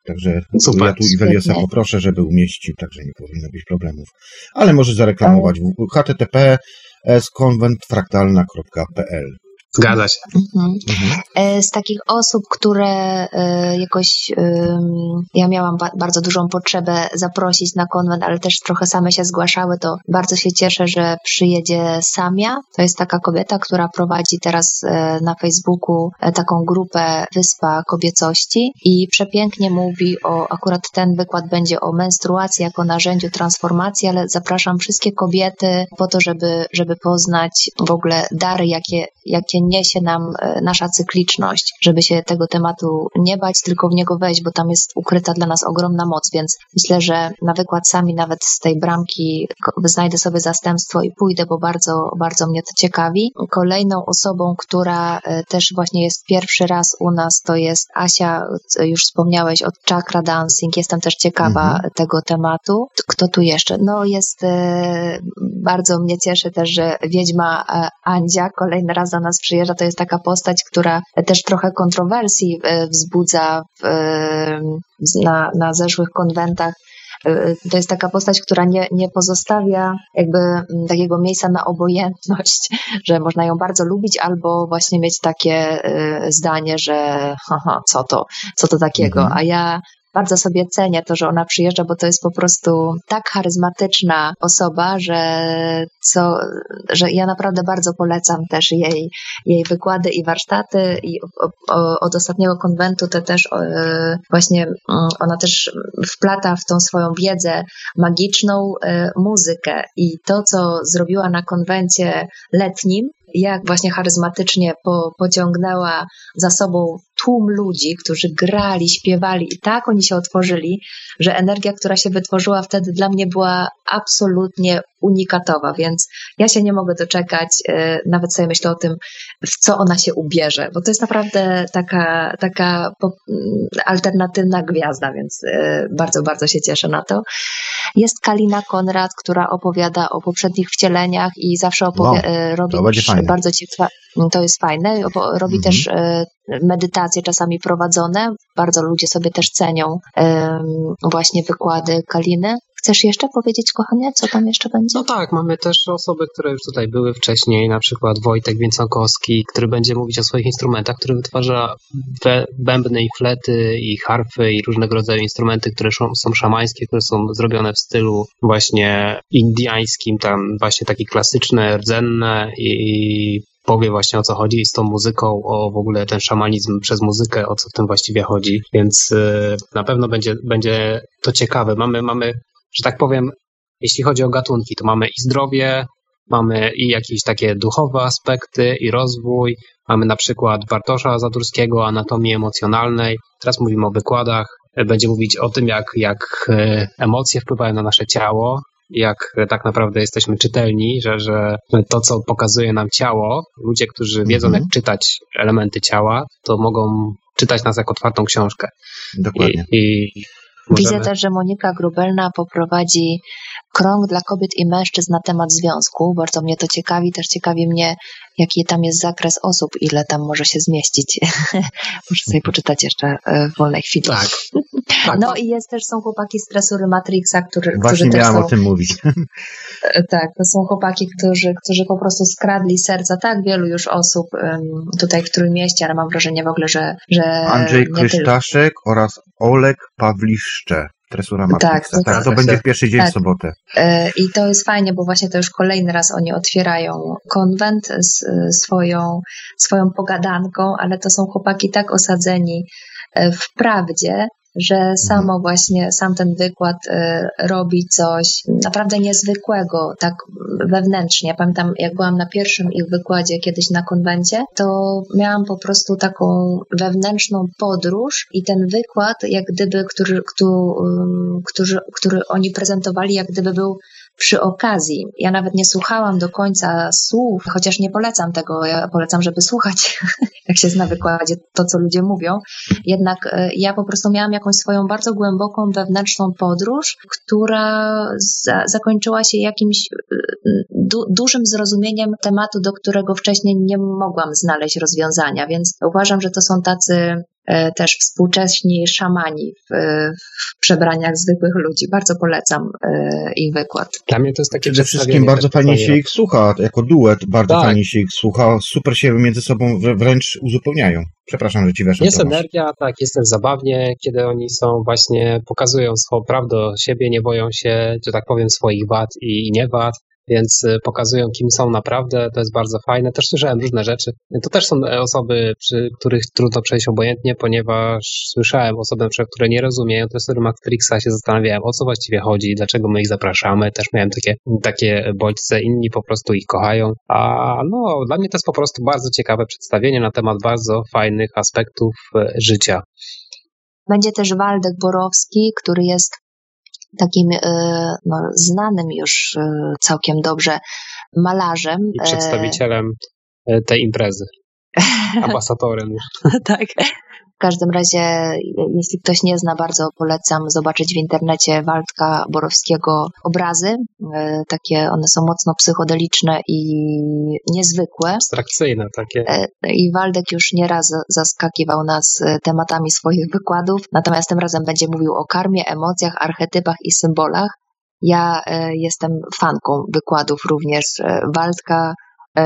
Także Super. ja tu Iweliosa Świetnie. poproszę, żeby umieścił, także nie powinno być problemów. Ale możesz zareklamować h t t p s konwent fraktalna kropka p l. Zgadza się. Mhm. E, Z takich osób, które e, jakoś em, ja miałam ba- bardzo dużą potrzebę zaprosić na konwent, ale też trochę same się zgłaszały, to bardzo się cieszę, że przyjedzie Samia. To jest taka kobieta, która prowadzi teraz e, na Facebooku e, taką grupę Wyspa Kobiecości i przepięknie mówi o, akurat ten wykład będzie o menstruacji jako narzędziu transformacji, ale zapraszam wszystkie kobiety po to, żeby, żeby poznać w ogóle dary, jakie, jakie niesie nam e, nasza cykliczność, żeby się tego tematu nie bać, tylko w niego wejść, bo tam jest ukryta dla nas ogromna moc, więc myślę, że na wykład Sami nawet z tej bramki ko- znajdę sobie zastępstwo i pójdę, bo bardzo, bardzo mnie to ciekawi. Kolejną osobą, która e, też właśnie jest pierwszy raz u nas, to jest Asia, c- już wspomniałeś od Chakra Dancing, jestem też ciekawa Mhm. tego tematu. T- Kto tu jeszcze? No jest, e, bardzo mnie cieszy też, że wiedźma e, Andzia kolejny raz do nas przyjeżdża. To jest taka postać, która też trochę kontrowersji e, wzbudza w, e, na, na zeszłych konwentach. E, To jest taka postać, która nie, nie pozostawia jakby mm, takiego miejsca na obojętność, że można ją bardzo lubić albo właśnie mieć takie e, zdanie, że haha, co to, co to takiego, Mhm. a ja bardzo sobie cenię to, że ona przyjeżdża, bo to jest po prostu tak charyzmatyczna osoba, że, co, że ja naprawdę bardzo polecam też jej, jej wykłady i warsztaty i o, o, od ostatniego konwentu to też e, właśnie mm, ona też wplata w tą swoją wiedzę magiczną e, muzykę i to, co zrobiła na konwencie letnim, jak właśnie charyzmatycznie po, pociągnęła za sobą tłum ludzi, którzy grali, śpiewali i tak oni się otworzyli, że energia, która się wytworzyła wtedy dla mnie była absolutnie unikatowa, więc ja się nie mogę doczekać, e, nawet sobie myślę o tym, w co ona się ubierze, bo to jest naprawdę taka, taka po, mm, alternatywna gwiazda, więc e, bardzo, bardzo się cieszę na to. Jest Kalina Konrad, która opowiada o poprzednich wcieleniach i zawsze opowi- Wow, e, robi to będzie też fajne. bardzo ciekawe, to jest fajne, bo robi Mhm. też e, medytacje czasami prowadzone, bardzo ludzie sobie też cenią em, właśnie wykłady Kaliny. Chcesz jeszcze powiedzieć, kochanie, co tam jeszcze będzie? No tak, mamy też osoby, które już tutaj były wcześniej, na przykład Wojtek Więcokowski, który będzie mówić o swoich instrumentach, który wytwarza we- bębny i flety i harfy i różnego rodzaju instrumenty, które są, są szamańskie, które są zrobione w stylu właśnie indyjskim, tam właśnie takie klasyczne, rdzenne i powie właśnie o co chodzi z tą muzyką, o w ogóle ten szamanizm przez muzykę, o co w tym właściwie chodzi, więc y, na pewno będzie, będzie to ciekawe. Mamy, mamy, że tak powiem, jeśli chodzi o gatunki, to mamy i zdrowie, mamy i jakieś takie duchowe aspekty, i rozwój, mamy na przykład Bartosza Zadurskiego, anatomii emocjonalnej, teraz mówimy o wykładach, będzie mówić o tym, jak, jak y, emocje wpływają na nasze ciało, jak tak naprawdę jesteśmy czytelni, że, że to, co pokazuje nam ciało, ludzie, którzy wiedzą, Mhm. jak czytać elementy ciała, to mogą czytać nas jak otwartą książkę. Dokładnie. I, i Widzę możemy... też, że Monika Grubelna poprowadzi krąg dla kobiet i mężczyzn na temat związku. Bardzo mnie to ciekawi. Też ciekawi mnie, jaki tam jest zakres osób, ile tam może się zmieścić. Muszę sobie poczytać jeszcze w wolnej chwili. Tak. tak. No i jest też, są chłopaki z Tresury Matrixa, którzy, Właśnie którzy też miałam są... o tym mówić. Tak, to są chłopaki, którzy, którzy po prostu skradli serca tak wielu już osób um, tutaj w Trójmieście, ale mam wrażenie w ogóle, że, że Andrzej nie tylko. Krysztaszek oraz Olek Pawliszcze. Tresura Matrixa. Tak, Tak, to- tak, to tak. będzie w pierwszy dzień Tak. w sobotę. E, I to jest fajnie, bo właśnie to już kolejny raz oni otwierają konwent z e, swoją, swoją pogadanką, ale to są chłopaki tak osadzeni e, w prawdzie, że samo właśnie, sam ten wykład e, robi coś naprawdę niezwykłego, tak wewnętrznie. Ja pamiętam, jak byłam na pierwszym ich wykładzie kiedyś na konwencie, to miałam po prostu taką wewnętrzną podróż i ten wykład, jak gdyby, który, który, który, który oni prezentowali, jak gdyby był przy okazji. Ja nawet nie słuchałam do końca słów, chociaż nie polecam tego, ja polecam, żeby słuchać, jak się zna wykładzie, to co ludzie mówią. Jednak e, ja po prostu miałam jakąś swoją bardzo głęboką wewnętrzną podróż, która za, zakończyła się jakimś e, du, dużym zrozumieniem tematu, do którego wcześniej nie mogłam znaleźć rozwiązania, więc uważam, że to są tacy też współcześni szamani w, w przebraniach zwykłych ludzi. Bardzo polecam ich wykład. Dla mnie to jest takie Przede wszystkim bardzo fajnie się ich słucha, jako duet bardzo tak. fajnie się ich słucha, super się między sobą wręcz uzupełniają. Przepraszam, że ci weszłem. Jest energia, tak, jest też zabawnie, kiedy oni są właśnie, pokazują swoją prawdę o siebie, nie boją się, że tak powiem, swoich wad i nie wad, więc pokazują, kim są naprawdę, to jest bardzo fajne. Też słyszałem różne rzeczy. To też są osoby, przy których trudno przejść obojętnie, ponieważ słyszałem osoby, które nie rozumieją testory Matrixa, się zastanawiałem, o co właściwie chodzi, dlaczego my ich zapraszamy. Też miałem takie, takie bodźce, inni po prostu ich kochają. A no, dla mnie to jest po prostu bardzo ciekawe przedstawienie na temat bardzo fajnych aspektów życia. Będzie też Waldek Borowski, który jest takim no, znanym już całkiem dobrze malarzem. I przedstawicielem tej imprezy. Ambasadorem. Tak. W każdym razie, jeśli ktoś nie zna, bardzo polecam zobaczyć w internecie Waldka Borowskiego obrazy. Takie, one są mocno psychodeliczne i niezwykłe. Abstrakcyjne takie. I Waldek już nieraz zaskakiwał nas tematami swoich wykładów, natomiast tym razem będzie mówił o karmie, emocjach, archetypach i symbolach. Ja jestem fanką wykładów również Waldka,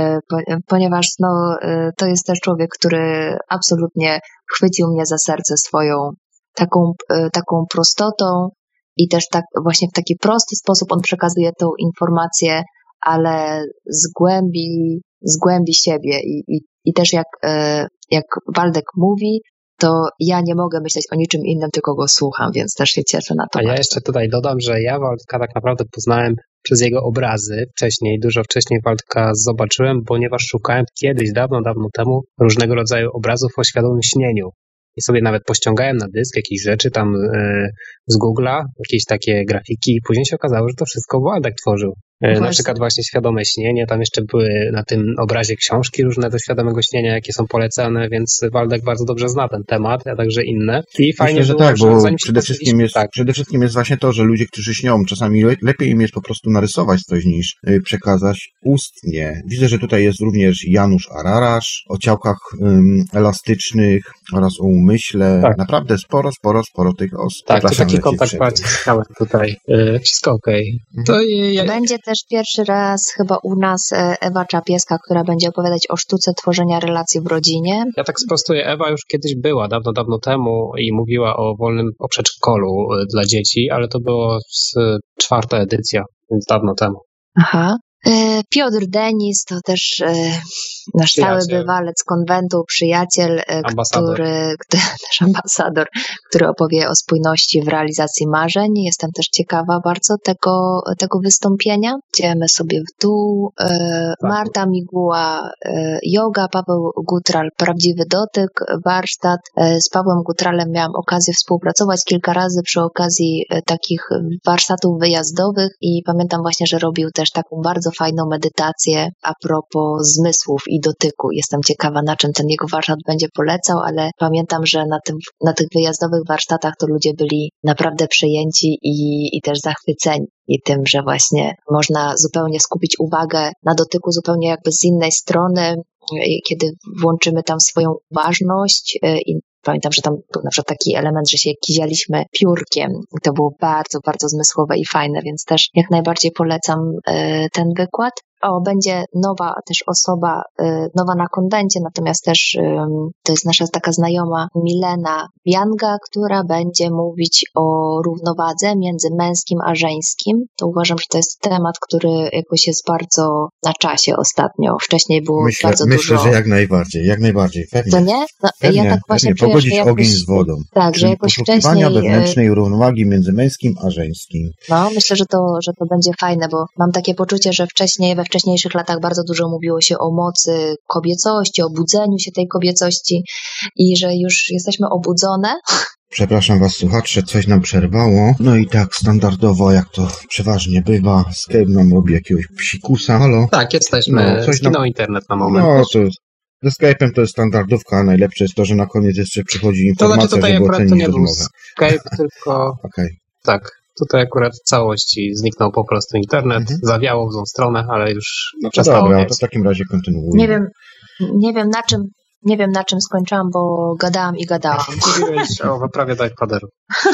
ponieważ no, to jest też człowiek, który absolutnie chwycił mnie za serce swoją taką, taką prostotą i też tak właśnie w taki prosty sposób on przekazuje tą informację, ale z głębi, z głębi siebie i, i, i też jak, jak Waldek mówi, to ja nie mogę myśleć o niczym innym, tylko go słucham, więc też się cieszę na to. A ja jeszcze tutaj dodam, że ja Waldka tak naprawdę poznałem przez jego obrazy wcześniej, dużo wcześniej Waldka zobaczyłem, ponieważ szukałem kiedyś, dawno, dawno temu różnego rodzaju obrazów o świadomym śnieniu. I sobie nawet pościągałem na dysk jakieś rzeczy tam e, z Google'a, jakieś takie grafiki i później się okazało, że to wszystko Waldek tworzył. E, na przykład właśnie świadome śnienie, tam jeszcze były na tym obrazie książki różne do świadomego śnienia, jakie są polecane, więc Waldek bardzo dobrze zna ten temat, a także inne. I fajnie, Myślę, że było, tak, że bo zanim przede wszystkim, jest, tak. przede wszystkim jest właśnie to, że ludzie, którzy śnią, czasami le- lepiej im jest po prostu narysować coś niż y, przekazać ustnie. Widzę, że tutaj jest również Janusz Ararasz o ciałkach ym, elastycznych oraz o umyśle. Tak. Naprawdę sporo, sporo, sporo tych osób. Tak, to taki kontakt miałem tutaj. Y, wszystko okej. Okay. Ja... Będzie też pierwszy raz chyba u nas Ewa Czapieska, która będzie opowiadać o sztuce tworzenia relacji w rodzinie. Ja tak sprostuję, Ewa już kiedyś była, dawno, dawno temu i mówiła o wolnym o przedszkolu dla dzieci, ale to było z czwarta edycja, więc dawno temu. Aha. Piotr Denis to też nasz przyjaciel. Stały bywalec konwentu, przyjaciel, ambasador. który, który też ambasador, który opowie o spójności w realizacji marzeń. Jestem też ciekawa bardzo tego, tego wystąpienia. Idziemy sobie w dół. Tak. Marta Miguła, yoga, Paweł Gutral, prawdziwy dotyk, warsztat. Z Pawłem Gutralem miałam okazję współpracować kilka razy przy okazji takich warsztatów wyjazdowych i pamiętam właśnie, że robił też taką bardzo fajną medytację a propos zmysłów i dotyku. Jestem ciekawa, na czym ten jego warsztat będzie polecał, ale pamiętam, że na, tym, na tych wyjazdowych warsztatach to ludzie byli naprawdę przejęci i, i też zachwyceni i tym, że właśnie można zupełnie skupić uwagę na dotyku zupełnie jakby z innej strony, kiedy włączymy tam swoją uważność i pamiętam, że tam był na przykład taki element, że się kizialiśmy piórkiem. To było bardzo, bardzo zmysłowe i fajne, więc też jak najbardziej polecam ten wykład. O, będzie nowa też osoba, nowa na konwencie, natomiast też to jest nasza taka znajoma Milena Bianga, która będzie mówić o równowadze między męskim a żeńskim. To uważam, że to jest temat, który jakoś jest bardzo na czasie ostatnio. Wcześniej było myślę, bardzo myślę, dużo... Myślę, że jak najbardziej, jak najbardziej. Pewnie. To nie? No, pewnie, ja tak właśnie pewnie. czuję, Pogodzić że jakoś... ogień z wodą. Tak, że jakoś poszukiwania wcześniej... wewnętrznej równowagi między męskim a żeńskim. No, myślę, że to, że to będzie fajne, bo mam takie poczucie, że wcześniej, we wcześniejszych latach bardzo dużo mówiło się o mocy kobiecości, o budzeniu się tej kobiecości i że już jesteśmy obudzone. Przepraszam was, słuchacze, coś nam przerwało. No i tak standardowo, jak to przeważnie bywa, Skype nam robi jakiegoś psikusa. Halo? Tak, jesteśmy. No, coś nam... internet na moment. No, to ze Skype'em to jest standardówka, a najlepsze jest to, że na koniec jeszcze przychodzi informacja, to znaczy, tutaj żeby ocenić to nie rozmowę. Był Skype, tylko... Okay. Tak. Tutaj akurat w całości zniknął po prostu internet, mhm. zawiało w złą stronę, ale już no przestało. Dobra, to w takim razie kontynuujemy. Nie wiem, nie wiem na czym Nie wiem, na czym skończyłam, bo gadałam i gadałam. Mówiłeś o wyprawie do Ekwadoru.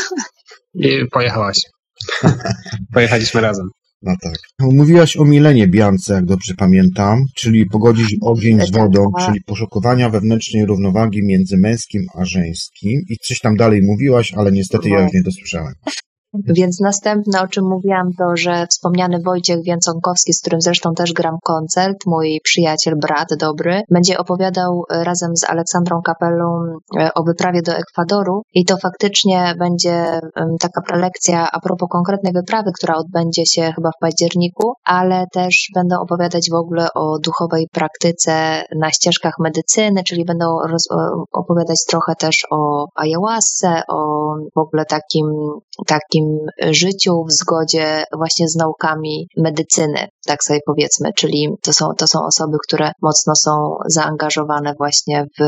I pojechałaś. Pojechaliśmy razem. No tak. Mówiłaś o milenie Biance, jak dobrze pamiętam, czyli pogodzić ogień z wodą, czyli poszukiwania wewnętrznej równowagi między męskim a żeńskim. I coś tam dalej mówiłaś, ale niestety ja już nie dosłyszałem. Więc następne, o czym mówiłam, to, że wspomniany Wojciech Więconkowski, z którym zresztą też gram koncert, mój przyjaciel, brat dobry, będzie opowiadał razem z Aleksandrą Kapelą o wyprawie do Ekwadoru i to faktycznie będzie taka prelekcja a propos konkretnej wyprawy, która odbędzie się chyba w październiku, ale też będą opowiadać w ogóle o duchowej praktyce na ścieżkach medycyny, czyli będą roz- opowiadać trochę też o ayahuasce, o w ogóle takim, takim życiu w zgodzie właśnie z naukami medycyny, tak sobie powiedzmy, czyli to są, to są osoby, które mocno są zaangażowane właśnie w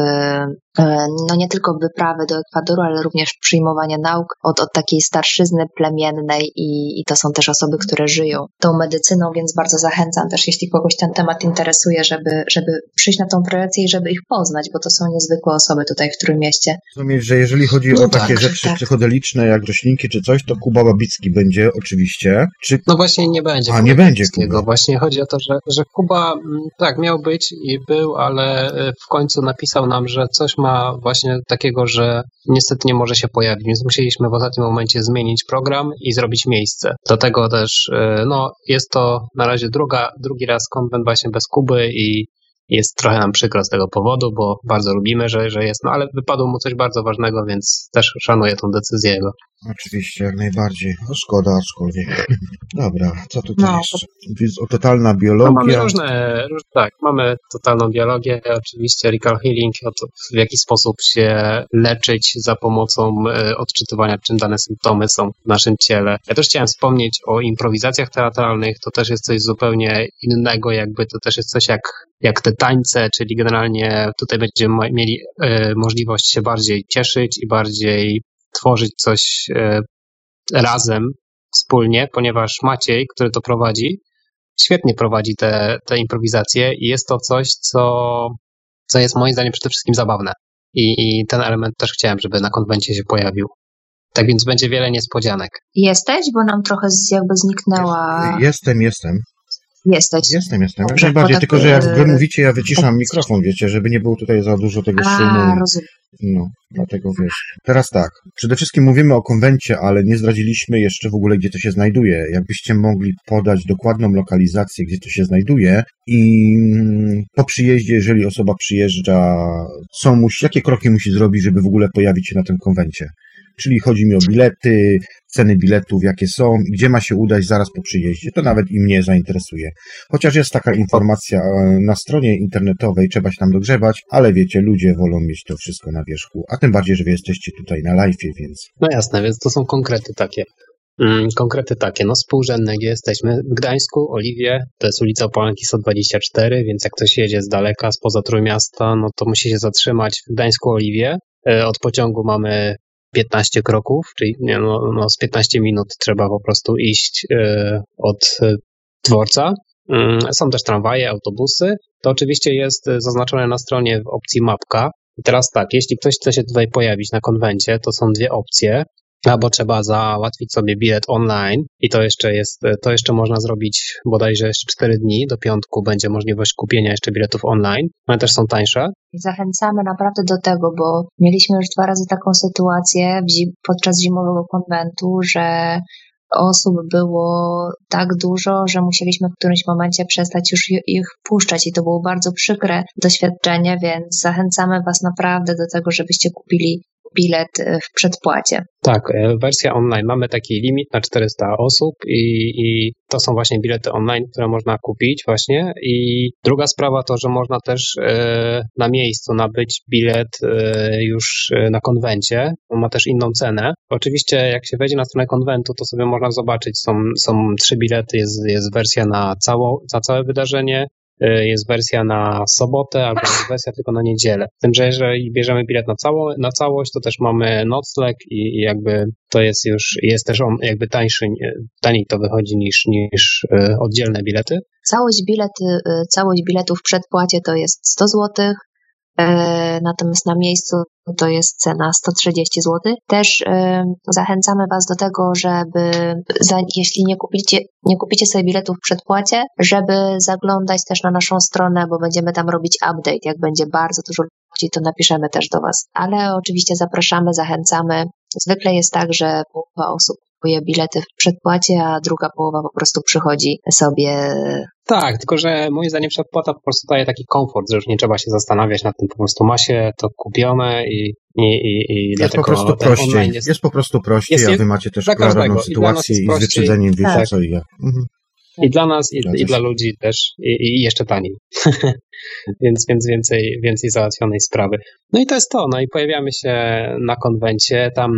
no nie tylko w wyprawy do Ekwadoru, ale również w przyjmowanie nauk od, od takiej starszyzny plemiennej i, i to są też osoby, które żyją tą medycyną, więc bardzo zachęcam też, jeśli kogoś ten temat interesuje, żeby, żeby przyjść na tą prelekcję i żeby ich poznać, bo to są niezwykłe osoby tutaj w Trójmieście. Rozumiem, że jeżeli chodzi No o takie tak, rzeczy tak. psychodeliczne, jak roślinki czy coś, to Kuba Babicki będzie oczywiście. Czy... No właśnie nie będzie. A, nie będzie Kuba. Właśnie chodzi o to, że, że Kuba tak miał być i był, ale w końcu napisał nam, że coś ma właśnie takiego, że niestety nie może się pojawić, więc musieliśmy w ostatnim momencie zmienić program i zrobić miejsce. Do tego też, no jest to na razie druga, drugi raz konwent właśnie bez Kuby i jest trochę nam przykro z tego powodu, bo bardzo lubimy, że, że jest, no ale wypadło mu coś bardzo ważnego, więc też szanuję tą decyzję jego. Oczywiście, jak najbardziej. No szkoda, aczkolwiek. Dobra, co tutaj No, jeszcze? Więc o totalna biologia. No, mamy różne, róż, tak, mamy totalną biologię, oczywiście recall healing, o to, w jaki sposób się leczyć za pomocą e, odczytywania, czym dane symptomy są w naszym ciele. Ja też chciałem wspomnieć o improwizacjach teatralnych, to też jest coś zupełnie innego, jakby to też jest coś jak, jak te tańce, czyli generalnie tutaj będziemy mieli e, możliwość się bardziej cieszyć i bardziej tworzyć coś e, razem, wspólnie, ponieważ Maciej, który to prowadzi, świetnie prowadzi te, te improwizacje i jest to coś, co, co jest moim zdaniem przede wszystkim zabawne. I, I ten element też chciałem, żeby na konwencie się pojawił. Tak więc będzie wiele niespodzianek. Jesteś? Bo nam trochę z, jakby zniknęła... Jestem, jestem. Jesteś. Jestem, jestem. Jak Dobrze, najbardziej, tak, tylko że jak wy e, mówicie, ja wyciszam mikrofon, wiecie, żeby nie było tutaj za dużo tego A, szumu. rozumiem. No, dlatego wiesz. Teraz tak, przede wszystkim mówimy o konwencie, ale nie zdradziliśmy jeszcze w ogóle, gdzie to się znajduje. Jakbyście mogli podać dokładną lokalizację, gdzie to się znajduje i po przyjeździe, jeżeli osoba przyjeżdża, co musi, jakie kroki musi zrobić, żeby w ogóle pojawić się na tym konwencie? Czyli chodzi mi o bilety, ceny biletów, jakie są, gdzie ma się udać zaraz po przyjeździe. To nawet i mnie zainteresuje. Chociaż jest taka informacja na stronie internetowej, trzeba się tam dogrzebać, ale wiecie, ludzie wolą mieć to wszystko na wierzchu. A tym bardziej, że wy jesteście tutaj na live'ie, więc... No jasne, więc to są konkrety takie. Mm, konkrety takie, no współrzędne, gdzie jesteśmy. W Gdańsku, Oliwie, to jest ulica Polanki sto dwadzieścia cztery, więc jak ktoś jedzie z daleka, spoza Trójmiasta, no to musi się zatrzymać w Gdańsku, Oliwie. Od pociągu mamy piętnaście kroków, czyli no, no z piętnaście minut trzeba po prostu iść y, od y, dworca. Y, są też tramwaje, autobusy. To oczywiście jest zaznaczone na stronie w opcji mapka. I teraz tak, jeśli ktoś chce się tutaj pojawić na konwencie, to są dwie opcje. Albo trzeba załatwić sobie bilet online i to jeszcze jest, to jeszcze można zrobić bodajże jeszcze cztery dni, do piątku będzie możliwość kupienia jeszcze biletów online, one też są tańsze. Zachęcamy naprawdę do tego, bo mieliśmy już dwa razy taką sytuację w zim- podczas zimowego konwentu, że osób było tak dużo, że musieliśmy w którymś momencie przestać już ich wpuszczać i to było bardzo przykre doświadczenie, więc zachęcamy Was naprawdę do tego, żebyście kupili bilet w przedpłacie. Tak, wersja online. Mamy taki limit na czterysta osób i, i to są właśnie bilety online, które można kupić właśnie. I druga sprawa to, że można też e, na miejscu nabyć bilet e, już na konwencie. On ma też inną cenę. Oczywiście jak się wejdzie na stronę konwentu, to sobie można zobaczyć, są, są trzy bilety, jest, jest wersja na, całą, na całe wydarzenie, jest wersja na sobotę, albo jest wersja tylko na niedzielę. Z tym, że jeżeli bierzemy bilet na, cało, na całość, to też mamy nocleg i jakby to jest już, jest też on jakby tańszy, taniej to wychodzi niż, niż oddzielne bilety. Całość, bilety, całość biletów w przedpłacie to jest sto złotych, natomiast na miejscu to jest cena sto trzydzieści złotych. Też zachęcamy Was do tego, żeby za, jeśli nie kupicie, nie kupicie sobie biletu w przedpłacie, żeby zaglądać też na naszą stronę, bo będziemy tam robić update. Jak będzie bardzo dużo ludzi, to napiszemy też do Was. Ale oczywiście zapraszamy, zachęcamy. Zwykle jest tak, że połowa osób kupuje bilety w przedpłacie, a druga połowa po prostu przychodzi sobie. Tak, tylko że moim zdaniem przedpłata po prostu daje taki komfort, że już nie trzeba się zastanawiać nad tym, po prostu ma się to kupione i, i, i, i jest dlatego po prostu prościej. Jest... jest po prostu prościej, jest, a wy macie też klarowną sytuację i, i z wyprzedzeniem wiecie tak. co i jak. Mhm. I dla nas, i, i dla ludzi też, i, i jeszcze taniej. więc więc więcej, więcej załatwionej sprawy. No i to jest to, no i pojawiamy się na konwencie, tam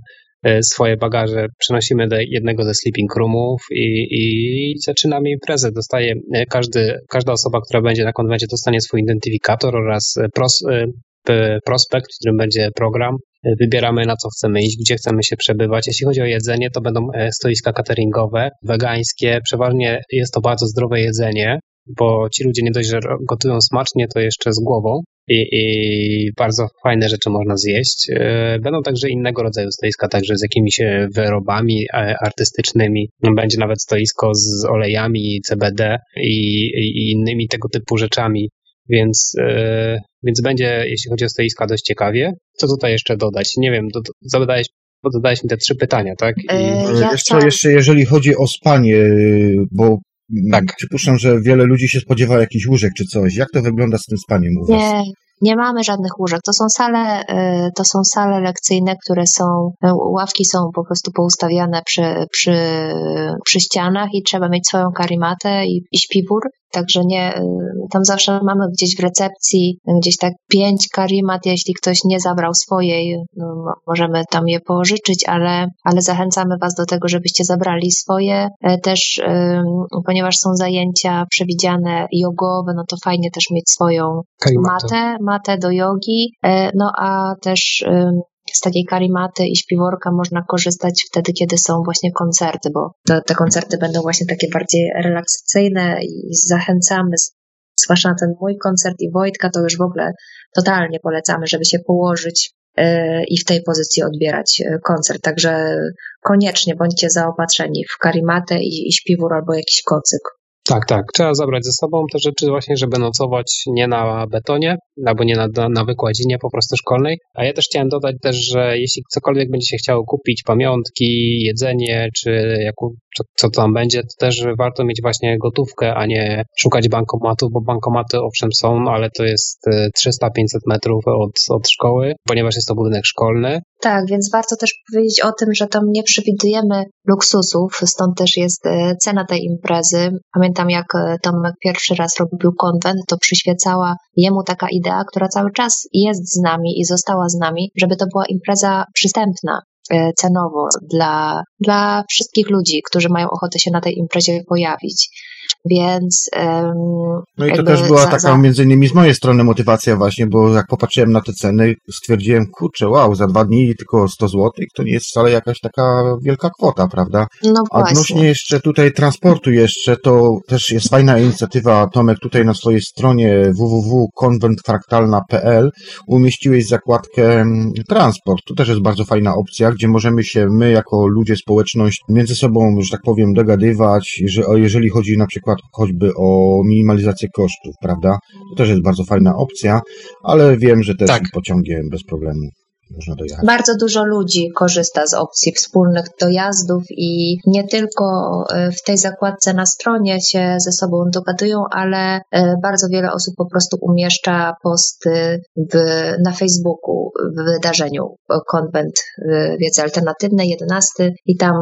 mm, swoje bagaże przenosimy do jednego ze sleeping roomów i, i zaczynamy imprezę. Dostaje każdy, każda osoba, która będzie na konwencie, dostanie swój identyfikator oraz pros, prospekt, w którym będzie program. Wybieramy, na co chcemy iść, gdzie chcemy się przebywać. Jeśli chodzi o jedzenie, to będą stoiska cateringowe, wegańskie. Przeważnie jest to bardzo zdrowe jedzenie, bo ci ludzie nie dość, że gotują smacznie, to jeszcze z głową i, i bardzo fajne rzeczy można zjeść. Będą także innego rodzaju stoiska, także z jakimiś wyrobami artystycznymi. Będzie nawet stoisko z olejami, C B D i, i innymi tego typu rzeczami. Więc, yy, więc będzie, jeśli chodzi o stoiska, dość ciekawie. Co tutaj jeszcze dodać? Nie wiem, do, do, zadałeś, bo dodałeś mi te trzy pytania, tak? I... Yy, ja jeszcze, jeszcze jeżeli chodzi o spanie, bo tak. Przypuszczam, że wiele ludzi się spodziewa jakichś łóżek czy coś. Jak to wygląda z tym spaniem u was? Nie, nie mamy żadnych łóżek. To są sale, to są sale lekcyjne, które są, ławki są po prostu poustawiane przy, przy, przy ścianach i trzeba mieć swoją karimatę i, i śpiwór. Także nie, tam zawsze mamy gdzieś w recepcji, gdzieś tak pięć karimat, jeśli ktoś nie zabrał swojej, no, możemy tam je pożyczyć, ale, ale zachęcamy Was do tego, żebyście zabrali swoje. Też, ponieważ są zajęcia przewidziane jogowe, no to fajnie też mieć swoją karimatę. matę, matę do jogi, no a też z takiej karimaty i śpiworka można korzystać wtedy, kiedy są właśnie koncerty, bo to, te koncerty będą właśnie takie bardziej relaksacyjne i zachęcamy, zwłaszcza na ten mój koncert i Wojtka, to już w ogóle totalnie polecamy, żeby się położyć yy, i w tej pozycji odbierać koncert, także koniecznie bądźcie zaopatrzeni w karimatę i, i śpiwór albo jakiś kocyk. Tak, tak. Trzeba zabrać ze sobą te rzeczy właśnie, żeby nocować nie na betonie, albo nie na, na wykładzinie po prostu szkolnej. A ja też chciałem dodać też, że jeśli cokolwiek będzie się chciało kupić, pamiątki, jedzenie, czy jak, co tam będzie, to też warto mieć właśnie gotówkę, a nie szukać bankomatów, bo bankomaty owszem są, ale to jest trzysta do pięciuset metrów od, od szkoły, ponieważ jest to budynek szkolny. Tak, więc warto też powiedzieć o tym, że tam nie przewidujemy luksusów, stąd też jest cena tej imprezy. Pamiętam, jak Tomek pierwszy raz robił konwent, to przyświecała jemu taka idea, która cały czas jest z nami i została z nami, żeby to była impreza przystępna cenowo dla, dla wszystkich ludzi, którzy mają ochotę się na tej imprezie pojawić. Więc um, no i to też była za, taka za... między innymi z mojej strony motywacja właśnie, bo jak popatrzyłem na te ceny, stwierdziłem, kurczę, wow, za dwa dni tylko sto złotych, to nie jest wcale jakaś taka wielka kwota, prawda? No A odnośnie jeszcze tutaj transportu jeszcze, to też jest fajna inicjatywa, Tomek, tutaj na swojej stronie w w w kropka konwent fraktalna kropka p l umieściłeś zakładkę transport. To też jest bardzo fajna opcja, gdzie możemy się my jako ludzie, społeczność między sobą, że tak powiem, dogadywać, że jeżeli chodzi na przykład choćby o minimalizację kosztów, prawda? To też jest bardzo fajna opcja, ale wiem, że też tak. Pociągiem bez problemu można dojechać. Bardzo dużo ludzi korzysta z opcji wspólnych dojazdów i nie tylko w tej zakładce na stronie się ze sobą dogadują, ale bardzo wiele osób po prostu umieszcza posty w, na Facebooku w wydarzeniu konwent wiedzy alternatywnej jedenasty i tam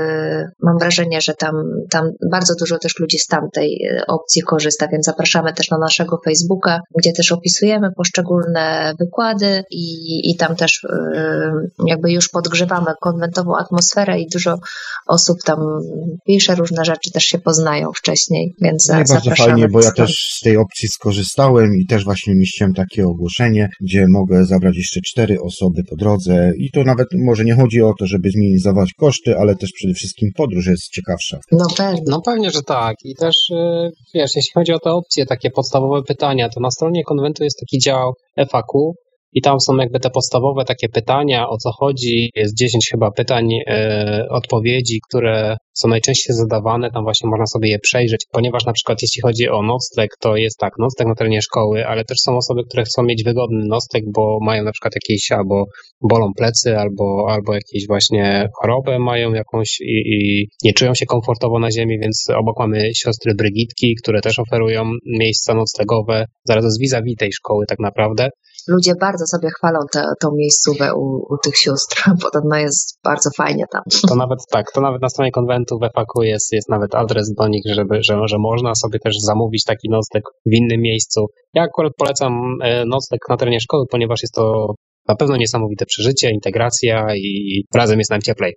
y, mam wrażenie, że tam, tam bardzo dużo też ludzi z tamtej opcji korzysta, więc zapraszamy też na naszego Facebooka, gdzie też opisujemy poszczególne wykłady i, i tam też już jakby już podgrzewamy konwentową atmosferę i dużo osób tam pisze różne rzeczy, też się poznają wcześniej, więc No i bardzo zapraszamy. fajnie, bo ja też z tej opcji skorzystałem i też właśnie umieściłem takie ogłoszenie, gdzie mogę zabrać jeszcze cztery osoby po drodze i to nawet może nie chodzi o to, żeby zminimalizować koszty, ale też przede wszystkim podróż jest ciekawsza. No pewnie. No pewnie, że tak. I też, yy, wiesz, jeśli chodzi o te opcje, takie podstawowe pytania, to na stronie konwentu jest taki dział F A Q i tam są jakby te podstawowe takie pytania, o co chodzi. Jest dziesięć chyba pytań, yy, odpowiedzi, które są najczęściej zadawane, tam właśnie można sobie je przejrzeć, ponieważ na przykład jeśli chodzi o nocleg, to jest tak, nocleg na terenie szkoły, ale też są osoby, które chcą mieć wygodny nocleg, bo mają na przykład jakieś albo bolą plecy, albo, albo jakieś właśnie chorobę mają jakąś i, i nie czują się komfortowo na ziemi, więc obok mamy siostry Brygitki, które też oferują miejsca noclegowe, zaraz jest vis-a-vis tej szkoły tak naprawdę. Ludzie bardzo sobie chwalą te, tą miejscówę u, u tych sióstr, podobno jest bardzo fajnie tam. To nawet tak, to nawet na stronie konwentu w F A Q jest, jest nawet adres do nich, żeby, że, że można sobie też zamówić taki nocleg w innym miejscu. Ja akurat polecam nocleg na terenie szkoły, ponieważ jest to na pewno niesamowite przeżycie, integracja i razem jest nam cieplej.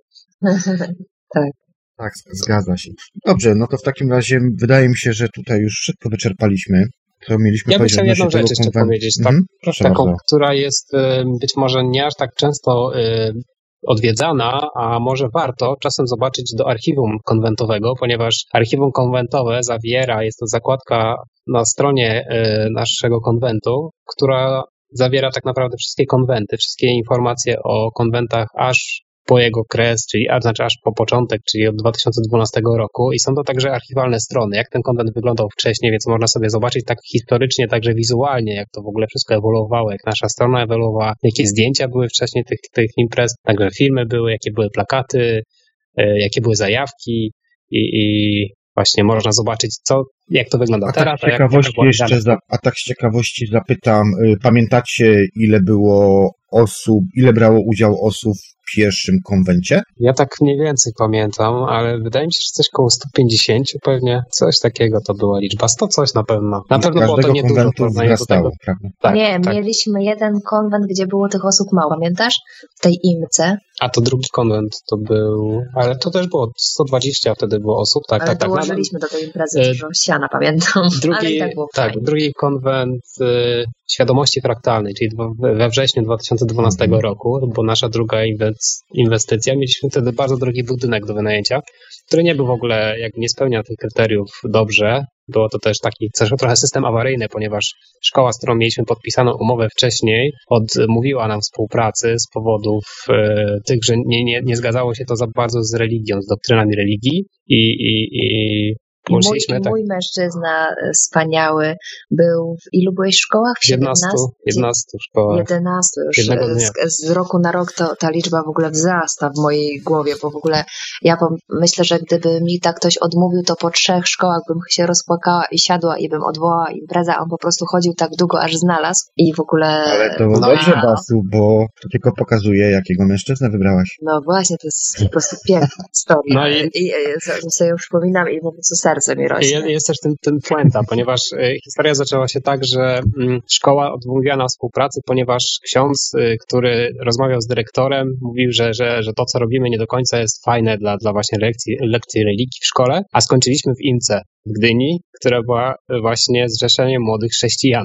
Tak. Tak, zgadza się. Dobrze, no to w takim razie wydaje mi się, że tutaj już wszystko wyczerpaliśmy. To mieliśmy ja bym powiedzieć chciał jedną odnośnie rzecz tego jeszcze konwen- powiedzieć, tak, Mhm, proszę taką, bardzo. która jest y, być może nie aż tak często y, odwiedzana, a może warto czasem zobaczyć do archiwum konwentowego, ponieważ archiwum konwentowe zawiera, jest to zakładka na stronie y, naszego konwentu, która zawiera tak naprawdę wszystkie konwenty, wszystkie informacje o konwentach aż po jego kres, czyli a znaczy aż po początek, czyli od dwa tysiące dwunastego roku i są to także archiwalne strony, jak ten konwent wyglądał wcześniej, więc można sobie zobaczyć tak historycznie, także wizualnie, jak to w ogóle wszystko ewoluowało, jak nasza strona ewoluowała, jakie zdjęcia były wcześniej tych, tych imprez, także filmy były, jakie były plakaty, jakie były zajawki i, i właśnie można zobaczyć, co, jak to wygląda A teraz. tak z ciekawości jak, jeszcze, za, a tak z ciekawości zapytam, y, pamiętacie ile było osób, ile brało udział osób w pierwszym konwencie? Ja tak mniej więcej pamiętam, ale wydaje mi się, że coś koło sto pięćdziesiąt pewnie, coś takiego to była liczba, sto coś na pewno. Na I z pewno było to każdego niedużo. konwentu w porównaniu do wzrastało, tego. prawda? Tak, Nie, tak. mieliśmy jeden konwent, gdzie było tych osób mało, pamiętasz? W tej imce. A to drugi konwent to był, ale to też było sto dwadzieścia wtedy było osób, tak, Ale tak, tak. dołożyliśmy do tej imprezy E, dużo siana, pamiętam. Drugi, Ale i tak było tak, fajnie. drugi konwent y, świadomości fraktalnej, czyli dwa, we wrześniu dwa tysiące dwunastego roku, to była nasza druga inwec, inwestycja. Mieliśmy wtedy bardzo drogi budynek do wynajęcia, który nie był w ogóle, jakby nie spełniał tych kryteriów dobrze. Było to też taki też trochę system awaryjny, ponieważ szkoła, z którą mieliśmy podpisaną umowę wcześniej, odmówiła nam współpracy z powodów e, tych, że nie, nie, nie zgadzało się to za bardzo z religią, z doktrynami religii i, i, i I mój, musieliśmy i tak mój mężczyzna wspaniały był w ilu byłeś szkołach? W jedenastu, jedenastu szkołach. jedenastu już. Jednego dnia. Z, z roku na rok to, ta liczba w ogóle wzrasta w mojej głowie, bo w ogóle ja pom- myślę, że gdyby mi tak ktoś odmówił, to po trzech szkołach bym się rozpłakała i siadła i bym odwołała imprezę, a on po prostu chodził tak długo, aż znalazł i w ogóle... Ale to no, dobrze, a- Basu, bo to tylko pokazuje, jakiego mężczyznę wybrałaś. No właśnie, to jest po prostu piękna historia. No i- I, i, i sobie ją przypominam i po prostu serce mi rośnie. Jest, jest też ten, ten puenta, ponieważ y, historia zaczęła się tak, że mm, szkoła odmówiła nam współpracy, ponieważ ksiądz, y, który rozmawiał z dyrektorem, mówił, że, że, że to, co robimy, nie do końca jest fajne dla, dla właśnie lekcji, lekcji religii w szkole, a skończyliśmy w Imce w Gdyni, która była właśnie zrzeszeniem młodych chrześcijan.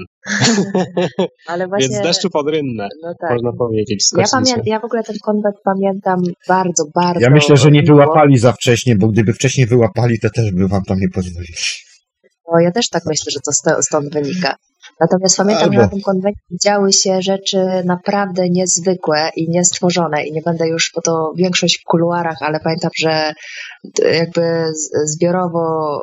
Ale właśnie... Więc deszczu pod rynnę, No tak. można powiedzieć. Ja, skoczyliśmy. pamię- ja w ogóle ten konwent pamiętam bardzo, bardzo. Ja myślę, że nie miło. wyłapali za wcześnie, bo gdyby wcześniej wyłapali, to też by wam tam nie pozwolili. No, ja też tak myślę, że to sto- stąd wynika. Natomiast pamiętam, że Albo- na tym konwencie działy się rzeczy naprawdę niezwykłe i niestworzone i nie będę już, bo to większość w kuluarach, ale pamiętam, że d- jakby z- zbiorowo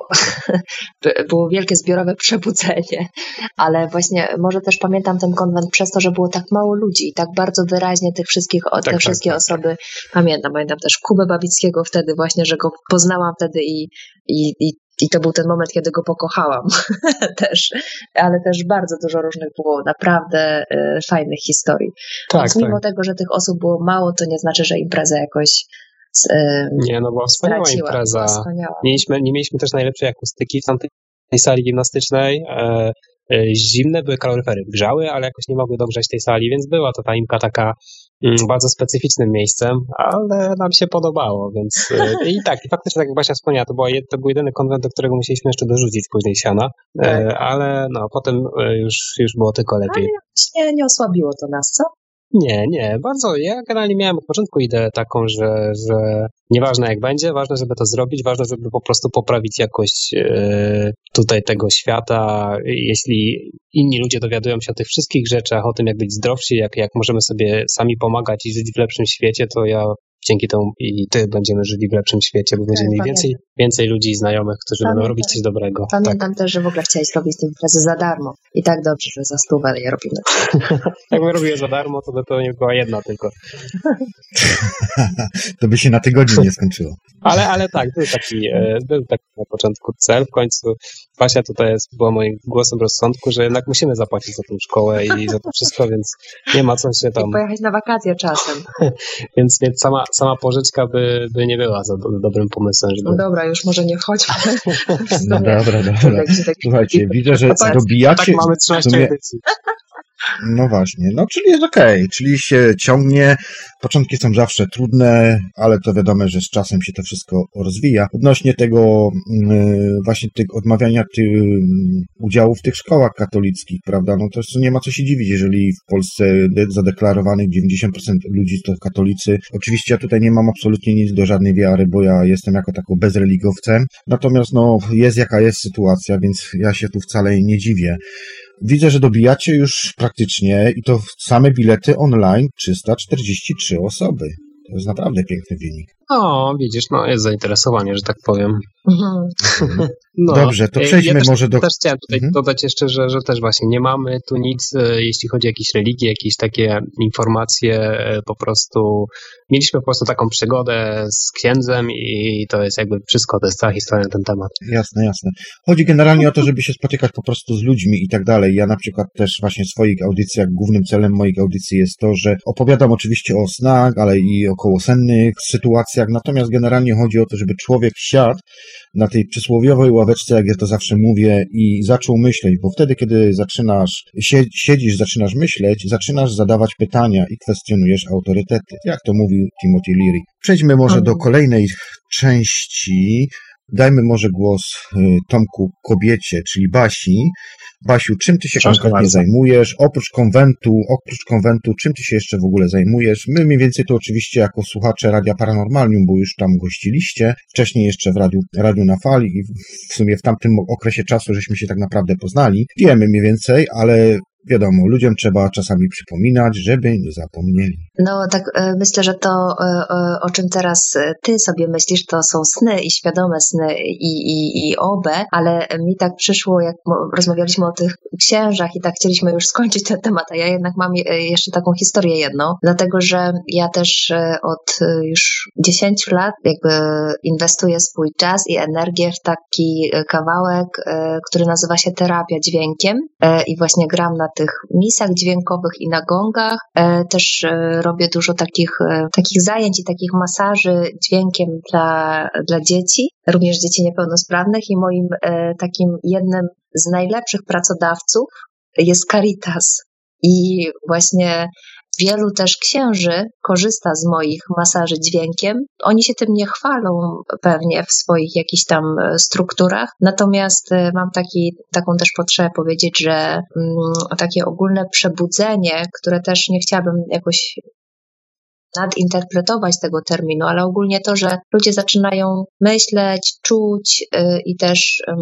było wielkie zbiorowe przebudzenie, ale właśnie może też pamiętam ten konwent przez to, że było tak mało ludzi i tak bardzo wyraźnie tych wszystkich, o, te tak, wszystkie tak. osoby pamiętam. Pamiętam też Kubę Babickiego wtedy właśnie, że go poznałam wtedy i, i, i I to był ten moment, kiedy go pokochałam też, ale też bardzo dużo różnych było naprawdę y, fajnych historii. Tak, Więc mimo tak. tego, że tych osób było mało, to nie znaczy, że impreza jakoś y, Nie, no była wspaniała straciła. impreza. Była wspaniała. Mieliśmy, nie mieliśmy też najlepszej akustyki w tamtej sali gimnastycznej. E, zimne, były kaloryfery, grzały, ale jakoś nie mogły dogrzać tej sali, więc była to ta imka taka bardzo specyficznym miejscem, ale nam się podobało, więc i tak, i faktycznie tak jak Basia wspomniała, to, była, to był jedyny konwent, do którego musieliśmy jeszcze dorzucić później siana, tak. Ale no potem już, już było tylko lepiej. Ale nie, nie osłabiło to nas, co? Nie, nie, bardzo. Ja generalnie miałem od początku ideę taką, że, że nieważne jak będzie, ważne, żeby to zrobić, ważne, żeby po prostu poprawić jakość e, tutaj tego świata. Jeśli inni ludzie dowiadują się o tych wszystkich rzeczach, o tym jak być zdrowsi, jak, jak możemy sobie sami pomagać i żyć w lepszym świecie, to ja dzięki temu i ty będziemy żyli w lepszym świecie, bo będziemy mieli więcej, więcej ludzi i znajomych, którzy Pamiętam. będą robić coś dobrego. Pamiętam tak. też, że w ogóle chciałeś robić te imprezy za darmo. I tak dobrze, że za stówę je robimy. Jakbym robił je za darmo, to by to nie była jedna tylko. To by się na tygodniu nie skończyło. Ale, ale tak, był taki, był taki na początku cel, w końcu Basia tutaj jest, była moim głosem rozsądku, że jednak musimy zapłacić za tą szkołę i za to wszystko, więc nie ma co się tam... I pojechać na wakacje czasem. więc, więc sama, sama pożyczka by, by nie była za do, dobrym pomysłem. Żeby... No dobra, już może nie wchodźmy. No dobra, dobra. Słuchajcie, widzę, że dobijacie... Tak mamy trzynaście edycji. No właśnie, no czyli jest okej, okay. Czyli się ciągnie, początki są zawsze trudne, ale to wiadomo, że z czasem się to wszystko rozwija. Odnośnie tego yy, właśnie tych odmawiania tych yy, udziału w tych szkołach katolickich, prawda, no to nie ma co się dziwić, jeżeli w Polsce zadeklarowanych dziewięćdziesiąt procent ludzi to katolicy. Oczywiście ja tutaj nie mam absolutnie nic do żadnej wiary, bo ja jestem jako taką bezreligowcem, natomiast no jest jaka jest sytuacja, więc ja się tu wcale nie dziwię. Widzę, że dobijacie już praktycznie i to same bilety online trzysta czterdzieści trzy osoby. To jest naprawdę piękny wynik. O, widzisz, no jest zainteresowanie, że tak powiem. Mhm. No, dobrze, to przejdźmy ja też, może do... też chciałem tutaj mhm. dodać jeszcze, że, że też właśnie nie mamy tu nic, jeśli chodzi o jakieś religie, jakieś takie informacje, po prostu mieliśmy po prostu taką przygodę z księdzem i to jest jakby wszystko, to jest cała historia na ten temat. Jasne, jasne. Chodzi generalnie o to, żeby się spotykać po prostu z ludźmi i tak dalej. Ja na przykład też właśnie w swoich audycjach, głównym celem moich audycji jest to, że opowiadam oczywiście o snach, ale i o kołosennych sytuacjach, natomiast generalnie chodzi o to, żeby człowiek siadł na tej przysłowiowej ławeczce, jak ja to zawsze mówię, i zaczął myśleć, bo wtedy, kiedy zaczynasz, siedzisz, zaczynasz myśleć, zaczynasz zadawać pytania i kwestionujesz autorytety, jak to mówił Timothy Leary. Przejdźmy może do kolejnej części. Dajmy może głos Tomku kobiecie, czyli Basi. Basiu, czym ty się Proszę konkretnie bardzo. zajmujesz? Oprócz konwentu, oprócz konwentu, czym ty się jeszcze w ogóle zajmujesz? My mniej więcej to oczywiście jako słuchacze Radia Paranormalium, bo już tam gościliście, wcześniej jeszcze w Radiu, Radiu na Fali i w sumie w tamtym okresie czasu żeśmy się tak naprawdę poznali. Wiemy mniej więcej, ale wiadomo, ludziom trzeba czasami przypominać, żeby nie zapomnieli. No tak myślę, że to, o czym teraz ty sobie myślisz, to są sny i świadome sny i, i, i obe, ale mi tak przyszło, jak rozmawialiśmy o tych księżach i tak chcieliśmy już skończyć ten temat, a ja jednak mam jeszcze taką historię jedną, dlatego, że ja też od już dziesięciu lat jakby inwestuję swój czas i energię w taki kawałek, który nazywa się terapia dźwiękiem i właśnie gram na tych misach dźwiękowych i na gongach. Też robię dużo takich, takich zajęć i takich masaży dźwiękiem dla, dla dzieci, również dzieci niepełnosprawnych i moim takim jednym z najlepszych pracodawców jest Caritas. I właśnie wielu też księży korzysta z moich masaży dźwiękiem. Oni się tym nie chwalą pewnie w swoich jakichś tam strukturach, natomiast mam taki, taką też potrzebę powiedzieć, że mm, takie ogólne przebudzenie, które też nie chciałabym jakoś nadinterpretować tego terminu, ale ogólnie to, że ludzie zaczynają myśleć, czuć yy, i też yy,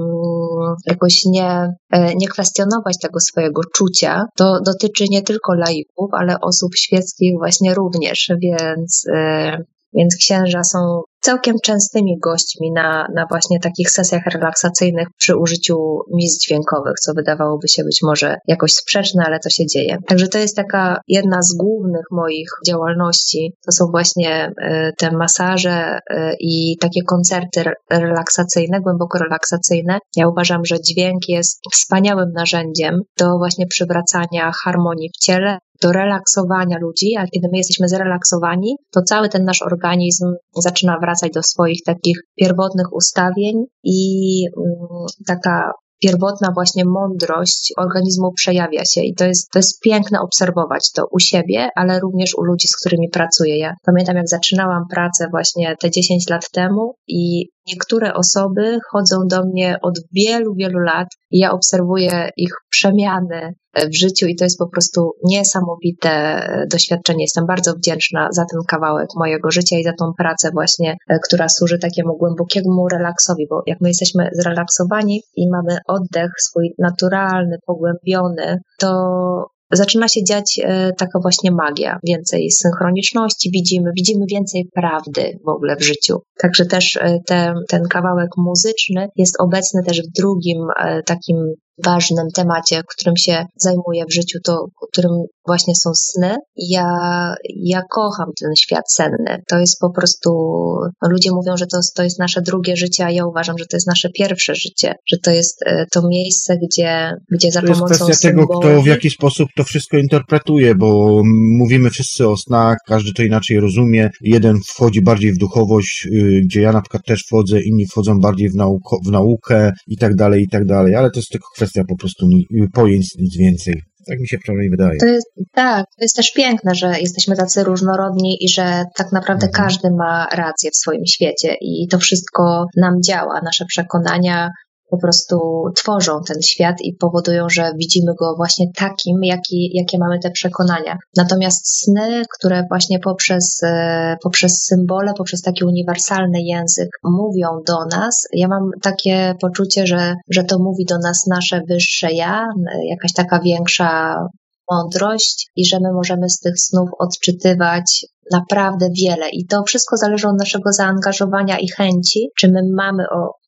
jakoś nie, yy, nie kwestionować tego swojego czucia, to dotyczy nie tylko laików, ale osób świeckich właśnie również, więc, yy, więc księża są całkiem częstymi gośćmi na, na właśnie takich sesjach relaksacyjnych przy użyciu mis dźwiękowych, co wydawałoby się być może jakoś sprzeczne, ale to się dzieje. Także to jest taka jedna z głównych moich działalności. To są właśnie y, te masaże y, i takie koncerty relaksacyjne, głęboko relaksacyjne. Ja uważam, że dźwięk jest wspaniałym narzędziem do właśnie przywracania harmonii w ciele, do relaksowania ludzi, a kiedy my jesteśmy zrelaksowani, to cały ten nasz organizm zaczyna wracać do swoich takich pierwotnych ustawień i um, taka pierwotna właśnie mądrość organizmu przejawia się i to jest, to jest piękne obserwować to u siebie, ale również u ludzi, z którymi pracuję. Ja pamiętam, jak zaczynałam pracę właśnie te dziesięć lat temu i niektóre osoby chodzą do mnie od wielu, wielu lat i ja obserwuję ich przemiany w życiu i to jest po prostu niesamowite doświadczenie. Jestem bardzo wdzięczna za ten kawałek mojego życia i za tą pracę właśnie, która służy takiemu głębokiemu relaksowi, bo jak my jesteśmy zrelaksowani i mamy oddech swój naturalny, pogłębiony, to zaczyna się dziać taka właśnie magia. Więcej synchroniczności widzimy, widzimy więcej prawdy w ogóle w życiu. Także też ten, ten kawałek muzyczny jest obecny też w drugim takim ważnym temacie, którym się zajmuję w życiu, to którym właśnie są sny. Ja, ja kocham ten świat senny. To jest po prostu, no ludzie mówią, że to, to jest nasze drugie życie, a ja uważam, że to jest nasze pierwsze życie, że to jest to miejsce, gdzie, gdzie za to pomocą jest kwestia symboli... tego, kto w jaki sposób to wszystko interpretuje, bo mówimy wszyscy o snach, każdy to inaczej rozumie. Jeden wchodzi bardziej w duchowość, gdzie ja na przykład też wchodzę, inni wchodzą bardziej w, nauko, w naukę i tak dalej, i tak dalej, ale to jest tylko kwestia po prostu pojęć, nic więcej. Tak mi się przynajmniej wydaje. To jest, tak, to jest też piękne, że jesteśmy tacy różnorodni i że tak naprawdę mhm. każdy ma rację w swoim świecie i to wszystko nam działa, nasze przekonania po prostu tworzą ten świat i powodują, że widzimy go właśnie takim, jaki, jakie mamy te przekonania. Natomiast sny, które właśnie poprzez, poprzez symbole, poprzez taki uniwersalny język mówią do nas, ja mam takie poczucie, że, że to mówi do nas nasze wyższe ja, jakaś taka większa mądrość i że my możemy z tych snów odczytywać naprawdę wiele i to wszystko zależy od naszego zaangażowania i chęci, czy my mamy o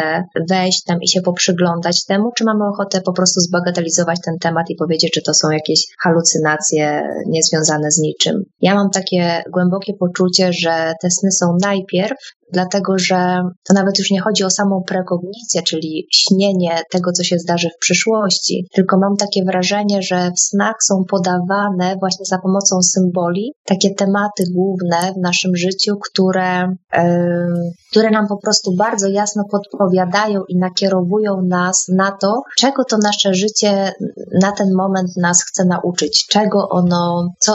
wejść tam i się poprzyglądać temu, czy mamy ochotę po prostu zbagatelizować ten temat i powiedzieć, że to są jakieś halucynacje niezwiązane z niczym. Ja mam takie głębokie poczucie, że te sny są najpierw, dlatego że to nawet już nie chodzi o samą prekognicję, czyli śnienie tego, co się zdarzy w przyszłości, tylko mam takie wrażenie, że w snach są podawane właśnie za pomocą symboli takie tematy główne w naszym życiu, które, yy, które nam po prostu bardzo jasno podpowiadają i nakierowują nas na to, czego to nasze życie na ten moment nas chce nauczyć, czego ono, co,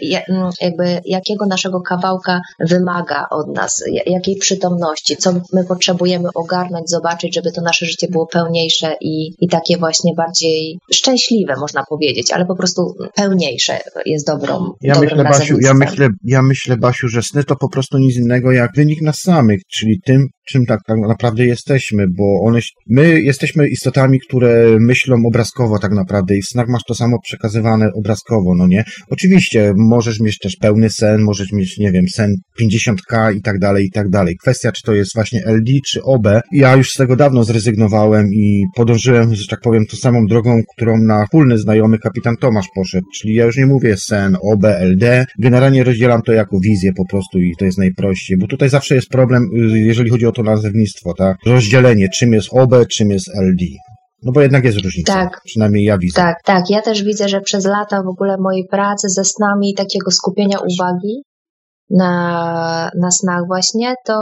jakby, jakiego naszego kawałka wymaga od nas, jakiej przytomności, co my potrzebujemy ogarnąć, zobaczyć, żeby to nasze życie było pełniejsze i, i takie właśnie bardziej szczęśliwe, można powiedzieć, ale po prostu pełniejsze jest dobrą, ja dobrym myślę, Basiu, ja myślę, ja myślę, Basiu, że sny to po prostu nic innego jak wynik nas samych, czyli tym, czym tak, tak naprawdę jesteśmy, bo one, my jesteśmy istotami, które myślą obrazkowo tak naprawdę i w snach masz to samo przekazywane obrazkowo, no nie? Oczywiście możesz mieć też pełny sen, możesz mieć, nie wiem, sen pięćdziesiąt ka i tak dalej, i tak dalej. Kwestia, czy to jest właśnie L D, czy O B. Ja już z tego dawno zrezygnowałem i podążyłem, że tak powiem, tą samą drogą, którą na wspólny znajomy kapitan Tomasz poszedł, czyli ja już nie mówię sen, O B, L D. Generalnie rozdzielam to jako wizję po prostu i to jest najprościej, bo tutaj zawsze jest problem, jeżeli chodzi o to nazewnictwo, tak? Rozdzielenie, czym jest O B, czym jest L D. No bo jednak jest różnica, tak, przynajmniej ja widzę. Tak, tak. Ja też widzę, że przez lata w ogóle mojej pracy ze snami i takiego skupienia uwagi na, na snach właśnie, to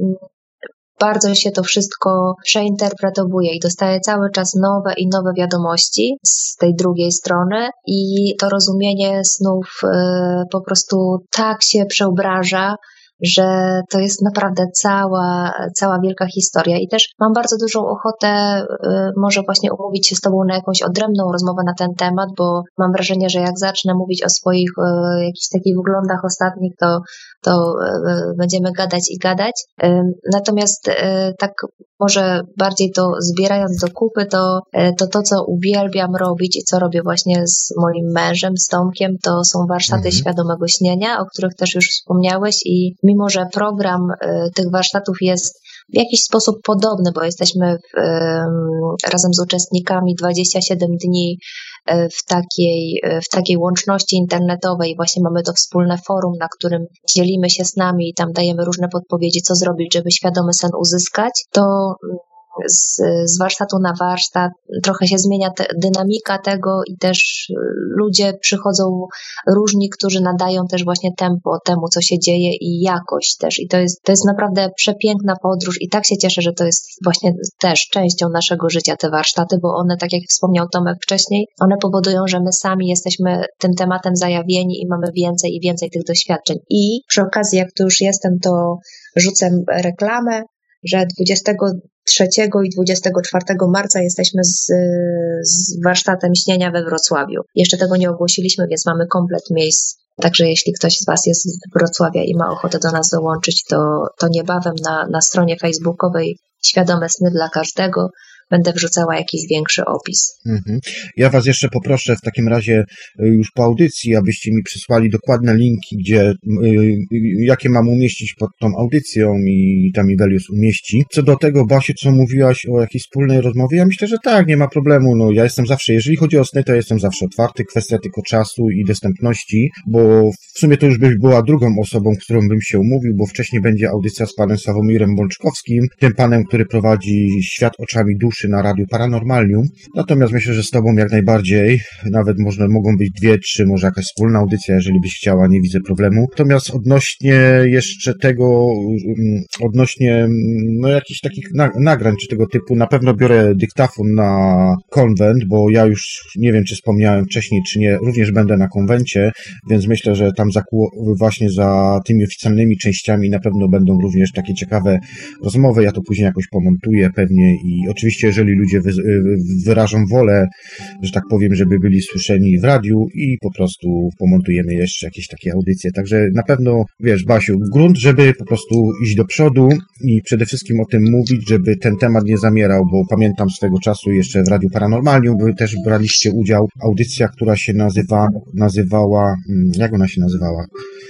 bardzo się to wszystko przeinterpretowuje i dostaję cały czas nowe i nowe wiadomości z tej drugiej strony i to rozumienie snów y, po prostu tak się przeobraża, że to jest naprawdę cała, cała wielka historia i też mam bardzo dużą ochotę y, może właśnie umówić się z Tobą na jakąś odrębną rozmowę na ten temat, bo mam wrażenie, że jak zacznę mówić o swoich y, jakichś takich wyglądach ostatnich, to, to y, będziemy gadać i gadać. Y, natomiast y, tak może bardziej to zbierając do kupy, to, to to, co uwielbiam robić i co robię właśnie z moim mężem, z Tomkiem, to są warsztaty mhm. świadomego śnienia, o których też już wspomniałeś i mimo, że program y, tych warsztatów jest w jakiś sposób podobny, bo jesteśmy w, y, razem z uczestnikami dwadzieścia siedem dni y, w takiej, y, w takiej łączności internetowej. Właśnie mamy to wspólne forum, na którym dzielimy się z nami i tam dajemy różne podpowiedzi, co zrobić, żeby świadomy sen uzyskać. To z, z warsztatu na warsztat, trochę się zmienia te, dynamika tego i też ludzie przychodzą różni, którzy nadają też właśnie tempo temu, co się dzieje i jakość też. I to jest, to jest naprawdę przepiękna podróż i tak się cieszę, że to jest właśnie też częścią naszego życia, te warsztaty, bo one, tak jak wspomniał Tomek wcześniej, one powodują, że my sami jesteśmy tym tematem zajawieni i mamy więcej i więcej tych doświadczeń. I przy okazji, jak tu już jestem, to rzucę reklamę, że dwudziestego trzeciego i dwudziestego czwartego marca jesteśmy z, z warsztatem śnienia we Wrocławiu. Jeszcze tego nie ogłosiliśmy, więc mamy komplet miejsc. Także jeśli ktoś z Was jest z Wrocławia i ma ochotę do nas dołączyć, to, to niebawem na, na stronie facebookowej Świadome Sny dla Każdego będę wrzucała jakiś większy opis. Mhm. Ja Was jeszcze poproszę w takim razie już po audycji, abyście mi przysłali dokładne linki, gdzie y, jakie mam umieścić pod tą audycją i tam Ivelios umieści. Co do tego, Basiu, co mówiłaś o jakiejś wspólnej rozmowie, ja myślę, że tak, nie ma problemu. No, ja jestem zawsze, jeżeli chodzi o sny, to jestem zawsze otwarty. Kwestia tylko czasu i dostępności, bo w sumie to już byś była drugą osobą, którą bym się umówił, bo wcześniej będzie audycja z panem Sławomirem Bączkowskim, tym panem, który prowadzi Świat oczami duszy na Radiu Paranormalium. Natomiast myślę, że z Tobą jak najbardziej, nawet można, mogą być dwie, trzy, może jakaś wspólna audycja, jeżeli byś chciała, nie widzę problemu. Natomiast odnośnie jeszcze tego, odnośnie no jakichś takich nagrań czy tego typu, na pewno biorę dyktafon na konwent, bo ja już nie wiem, czy wspomniałem wcześniej, czy nie, również będę na konwencie, więc myślę, że tam za, właśnie za tymi oficjalnymi częściami na pewno będą również takie ciekawe rozmowy. Ja to później jakoś pomontuję pewnie i oczywiście jeżeli ludzie wy, wyrażą wolę, że tak powiem, żeby byli słyszeni w radiu i po prostu pomontujemy jeszcze jakieś takie audycje. Także na pewno, wiesz, Basiu, grunt, żeby po prostu iść do przodu i przede wszystkim o tym mówić, żeby ten temat nie zamierał, bo pamiętam swego czasu jeszcze w Radiu Paranormalium wy też braliście udział. Audycja, która się nazywa, nazywała, jak ona się nazywała?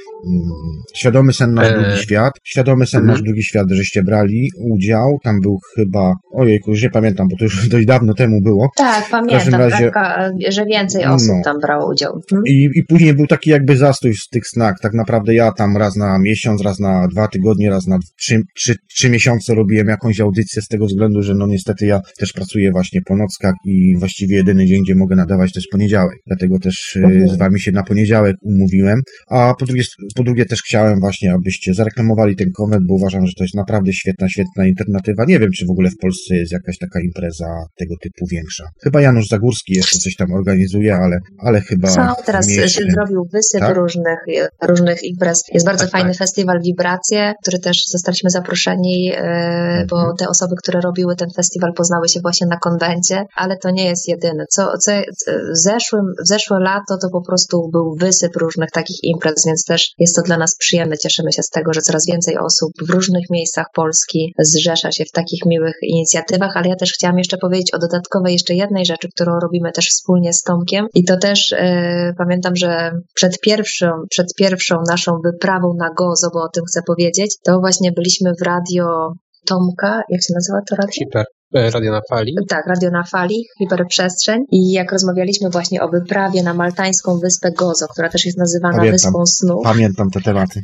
Świadomy sen nasz drugi eee. świat. Świadomy sen mhm. nasz drugi świat, żeście brali udział. Tam był chyba, ojejku, już nie pamiętam, bo to już dość dawno temu było. Tak, pamiętam, razie, taka, że więcej osób no. tam brało udział. Mhm. I, I później był taki jakby zastój z tych snach. Tak naprawdę ja tam raz na miesiąc, raz na dwa tygodnie, raz na trzy, trzy, trzy miesiące robiłem jakąś audycję z tego względu, że no niestety ja też pracuję właśnie po nockach i właściwie jedyny dzień, gdzie mogę nadawać, to jest poniedziałek. Dlatego też mhm. z wami się na poniedziałek umówiłem. A po drugie Po drugie też chciałem właśnie, abyście zareklamowali ten konwent, bo uważam, że to jest naprawdę świetna, świetna alternatywa. Nie wiem, czy w ogóle w Polsce jest jakaś taka impreza tego typu większa. Chyba Janusz Zagórski jeszcze coś tam organizuje, ale, ale chyba... Co, teraz się zrobił wysyp tak? różnych, różnych imprez. Jest bardzo tak, fajny tak. festiwal Wibracje, który też zostaliśmy zaproszeni, yy, mhm. bo te osoby, które robiły ten festiwal, poznały się właśnie na konwencie, ale to nie jest jedyne. Co, co w, zeszłym, w zeszłe lato to po prostu był wysyp różnych takich imprez, więc też jest to dla nas przyjemne. Cieszymy się z tego, że coraz więcej osób w różnych miejscach Polski zrzesza się w takich miłych inicjatywach, ale ja też chciałam jeszcze powiedzieć o dodatkowej jeszcze jednej rzeczy, którą robimy też wspólnie z Tomkiem i to też yy, pamiętam, że przed pierwszą, przed pierwszą naszą wyprawą na Gozo, bo o tym chcę powiedzieć, to właśnie byliśmy w radio Tomka, jak się nazywa to radio? Hiper. Radio na Fali? Tak, Radio na Fali, Hiperprzestrzeń. I jak rozmawialiśmy właśnie o wyprawie na maltańską wyspę Gozo, która też jest nazywana pamiętam, Wyspą Snów. Pamiętam te tematy.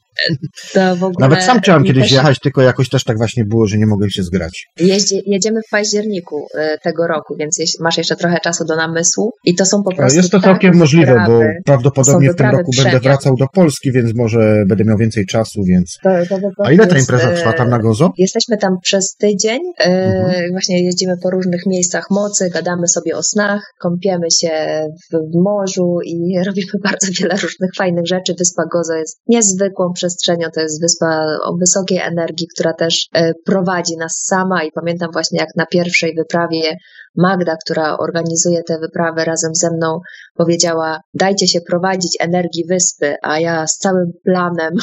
To w ogóle Nawet sam chciałem kiedyś też... jechać, tylko jakoś też tak właśnie było, że nie mogłem się zgrać. Jeździ, jedziemy w październiku tego roku, więc masz jeszcze trochę czasu do namysłu. I to są po prostu Jest to całkiem możliwe, wyprawy, bo prawdopodobnie w tym roku przemian. Będę wracał do Polski, więc może będę miał więcej czasu, więc... To, to A ile ta impreza jest, trwa tam na Gozo? Jesteśmy tam przez tydzień. Mhm. Właśnie jeździmy po różnych miejscach mocy, gadamy sobie o snach, kąpiemy się w morzu i robimy bardzo wiele różnych fajnych rzeczy. Wyspa Gozo jest niezwykłą przestrzenią, to jest wyspa o wysokiej energii, która też prowadzi nas sama i pamiętam właśnie jak na pierwszej wyprawie Magda, która organizuje tę wyprawę razem ze mną, powiedziała: dajcie się prowadzić energii wyspy, a ja z całym planem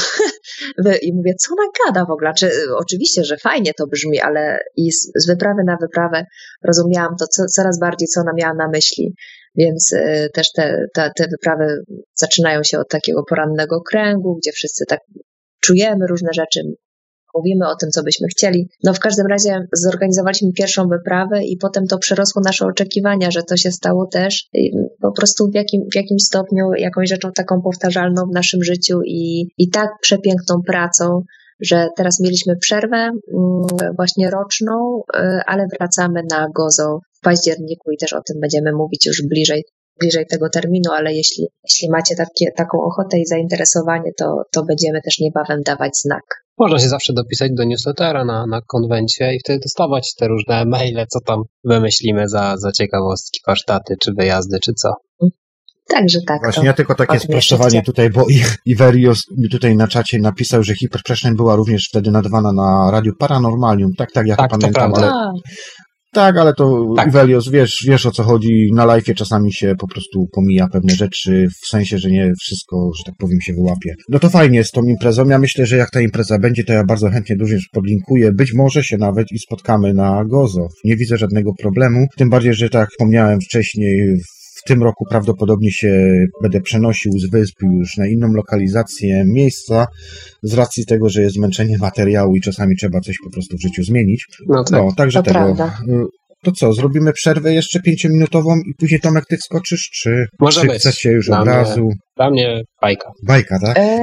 i mówię, co ona gada w ogóle? Czy, oczywiście, że fajnie to brzmi, ale i z, z wyprawy na wyprawę rozumiałam to co, coraz bardziej, co ona miała na myśli. Więc y, też te, te, te wyprawy zaczynają się od takiego porannego kręgu, gdzie wszyscy tak czujemy różne rzeczy, mówimy o tym, co byśmy chcieli. No w każdym razie zorganizowaliśmy pierwszą wyprawę i potem to przerosło nasze oczekiwania, że to się stało też po prostu w, jakim, w jakimś stopniu jakąś rzeczą taką powtarzalną w naszym życiu i, i tak przepiękną pracą, że teraz mieliśmy przerwę mm, właśnie roczną, y, ale wracamy na Gozo w październiku i też o tym będziemy mówić już bliżej, bliżej tego terminu, ale jeśli, jeśli macie takie, taką ochotę i zainteresowanie, to, to będziemy też niebawem dawać znak. Można się zawsze dopisać do newslettera na, na konwencie i wtedy dostawać te różne maile, co tam wymyślimy za, za ciekawostki, warsztaty, czy wyjazdy, czy co. Także tak. Właśnie ja tylko takie sprostowanie tutaj, bo Iverios mi tutaj na czacie napisał, że hiperprzestrzeń była również wtedy nadawana na Radiu Paranormalium. Tak, tak, ja to Tak, to pamiętam, prawda. ale... Tak, ale to Tak. Ivelios, wiesz, wiesz o co chodzi, na live'ie czasami się po prostu pomija pewne rzeczy, w sensie, że nie wszystko, że tak powiem, się wyłapie. No to fajnie z tą imprezą, ja myślę, że jak ta impreza będzie, to ja bardzo chętnie również podlinkuję, być może się nawet i spotkamy na Gozo. Nie widzę żadnego problemu, tym bardziej, że tak jak wspomniałem wcześniej, w tym roku prawdopodobnie się będę przenosił z wysp już na inną lokalizację miejsca, z racji tego, że jest zmęczenie materiału i czasami trzeba coś po prostu w życiu zmienić. No, tak. No także To tego. prawda. To co, zrobimy przerwę jeszcze pięciominutową i później Tomek, ty skoczysz, czy, Może czy być. chcecie już Dla od mnie- razu? Dla mnie bajka. Bajka, tak? E,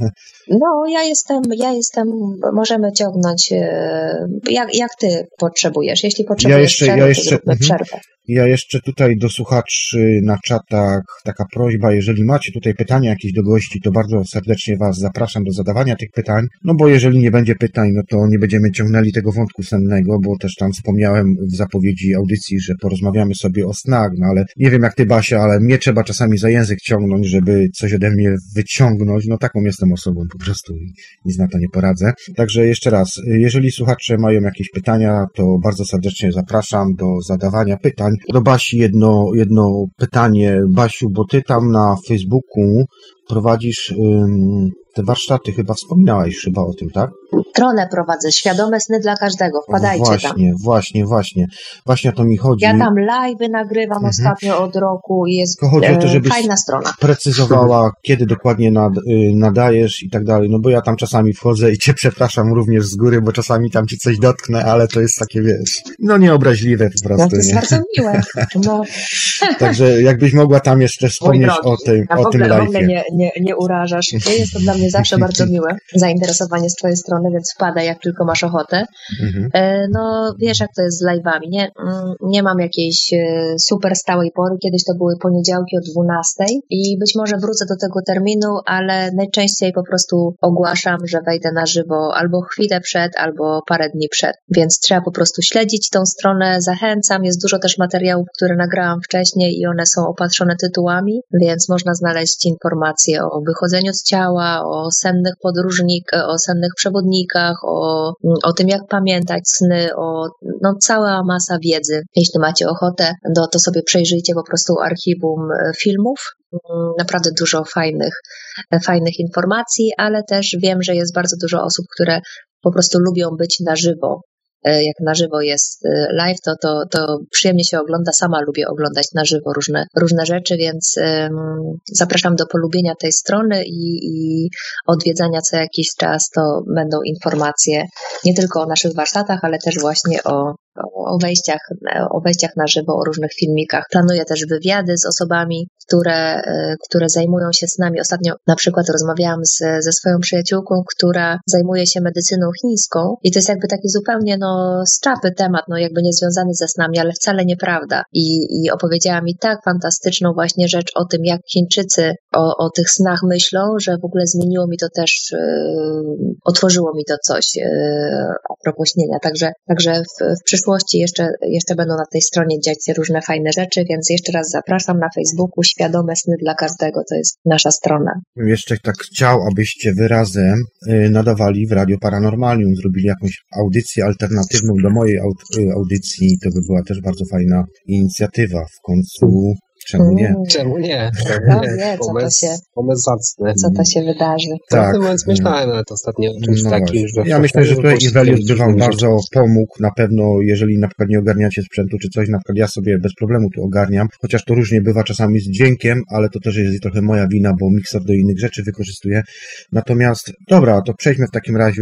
No, ja jestem, ja jestem, możemy ciągnąć, e, jak, jak ty potrzebujesz. Jeśli potrzebujesz jeszcze- ja przerwy, jeszcze- to zróbmy mhm. przerwę. Ja jeszcze tutaj do słuchaczy na czatach taka prośba, jeżeli macie tutaj pytania jakieś do gości, to bardzo serdecznie was zapraszam do zadawania tych pytań, no bo jeżeli nie będzie pytań, no to nie będziemy ciągnęli tego wątku sennego, bo też tam wspomniałem w zapowiedzi audycji, że porozmawiamy sobie o snach, no ale nie wiem jak ty, Basia, ale mnie trzeba czasami za język ciągnąć, żeby coś ode mnie wyciągnąć, no taką jestem osobą po prostu i nic na to nie poradzę. Także jeszcze raz, jeżeli słuchacze mają jakieś pytania, to bardzo serdecznie zapraszam do zadawania pytań. Do Basi jedno, jedno pytanie. Basiu, bo ty tam na Facebooku prowadzisz ym, te warsztaty, chyba wspominałaś chyba o tym, tak? Stronę prowadzę, świadome sny dla każdego, wpadajcie właśnie, tam. właśnie, właśnie. Właśnie o to mi chodzi. Ja tam live'y nagrywam Mhm. ostatnio od roku i jest Tylko chodzi o to, e, żebyś fajna strona. precyzowała, kiedy dokładnie nad, y, nadajesz i tak dalej, no bo ja tam czasami wchodzę i cię przepraszam również z góry, bo czasami tam ci coś dotknę, ale to jest takie, wiesz, no nieobraźliwe po No, prostu, to jest nie? bardzo miłe. No, Także jakbyś mogła tam jeszcze mój wspomnieć drogi, o tym, a w o tym ogóle, w ogóle live'ie. nie, nie, nie urażasz. Jest to dla mnie zawsze bardzo miłe zainteresowanie z twojej strony, więc wpadaj jak tylko masz ochotę. Mhm. E, No wiesz jak to jest z live'ami, nie? Mm, Nie mam jakiejś e, super stałej pory, kiedyś to były poniedziałki o dwunastej i być może wrócę do tego terminu, ale najczęściej po prostu ogłaszam, że wejdę na żywo albo chwilę przed, albo parę dni przed, więc trzeba po prostu śledzić tą stronę, zachęcam, jest dużo też materiałów, które nagrałam wcześniej i one są opatrzone tytułami, więc można znaleźć informacje o wychodzeniu z ciała, o sennych podróżnikach, o sennych przewodnikach, o, o tym jak pamiętać sny, o no, cała masa wiedzy. Jeśli macie ochotę, no, to sobie przejrzyjcie po prostu archiwum e, filmów. Mm, Naprawdę dużo fajnych, e, fajnych informacji, ale też wiem, że jest bardzo dużo osób, które po prostu lubią być na żywo. E, Jak na żywo jest e, live, to, to, to przyjemnie się ogląda. Sama lubię oglądać na żywo różne, różne rzeczy, więc em, zapraszam do polubienia tej strony i, i odwiedzania co jakiś czas. To będą informacje nie tylko o naszych warsztatach, ale też właśnie o, o, o, wejściach, o wejściach na żywo, o różnych filmikach. Planuję też wywiady z osobami, które, e, które zajmują się snami. Ostatnio na przykład rozmawiałam z, ze swoją przyjaciółką, która zajmuje się medycyną chińską i to jest jakby taki zupełnie no, z czapy temat, no jakby nie związany ze snami, ale wcale nieprawda. I, i opowiedziała mi tak fantastyczną właśnie rzecz o tym, jak Chińczycy o, o tych snach myślą, że w ogóle zmieniło mi to też, yy, otworzyło mi to coś yy, a propos śnienia. Także, także w, w przyszłości jeszcze, jeszcze będą na tej stronie dziać się różne fajne rzeczy, więc jeszcze raz zapraszam na Facebooku Świadome Sny dla Każdego, to jest nasza strona. Jeszcze tak chciał, abyście wy razem y, nadawali w Radio Paranormalium, zrobili jakąś audycję alternatywną do mojej aud- y, audycji, to by była też bardzo fajna inicjatywa. W końcu, czemu nie? Czemu nie? Kto wie, co to się, Pomysł zacny. co to się wydarzy. Tak. W tym momencie myślałem nawet ostatnio o czymś No takim, właśnie. że... Ja myślę, że tutaj właśnie Ivelios by wam rzeczy. bardzo pomógł. Na pewno, jeżeli na przykład nie ogarniacie sprzętu czy coś, na przykład ja sobie bez problemu tu ogarniam, chociaż to różnie bywa czasami z dźwiękiem, ale to też jest trochę moja wina, bo mikser do innych rzeczy wykorzystuję. Natomiast, dobra, to przejdźmy w takim razie,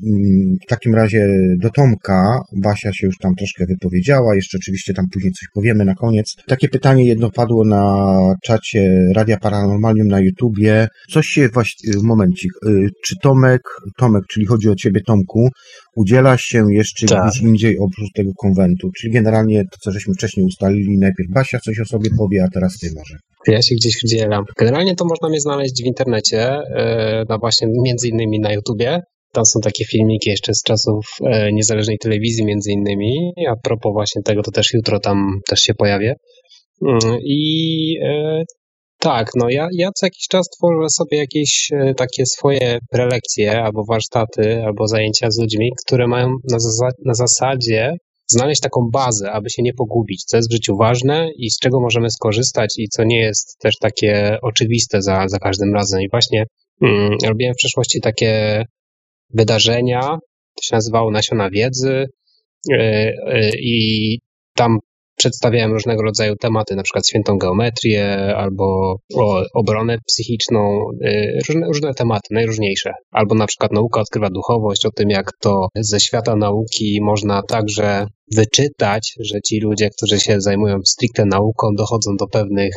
w takim razie do Tomka. Basia się już tam troszkę wypowiedziała, jeszcze oczywiście tam później coś powiemy na koniec. Takie pytanie jedno padło padło na czacie Radia Paranormalium na YouTubie. Coś się właśnie, momencik, czy Tomek, Tomek, czyli chodzi o ciebie, Tomku, udziela się jeszcze tak. gdzieś indziej oprócz tego konwentu, czyli generalnie to, co żeśmy wcześniej ustalili, najpierw Basia coś o sobie powie, a teraz ty może. Ja się gdzieś udzielam. Generalnie to można mnie znaleźć w internecie, no właśnie między innymi na YouTubie. Tam są takie filmiki jeszcze z czasów e, niezależnej telewizji między innymi. A propos właśnie tego, to też jutro tam też się pojawię. I e, tak, no ja, ja co jakiś czas tworzę sobie jakieś e, takie swoje prelekcje, albo warsztaty, albo zajęcia z ludźmi, które mają na, zas- na zasadzie znaleźć taką bazę, aby się nie pogubić, co jest w życiu ważne i z czego możemy skorzystać i co nie jest też takie oczywiste za, za każdym razem. I właśnie mm, robiłem w przeszłości takie wydarzenia, to się nazywało Nasiona Wiedzy i tam przedstawiałem różnego rodzaju tematy, na przykład świętą geometrię albo obronę psychiczną, różne, różne tematy, najróżniejsze. Albo na przykład nauka odkrywa duchowość, o tym jak to ze świata nauki można także wyczytać, że ci ludzie, którzy się zajmują stricte nauką, dochodzą do pewnych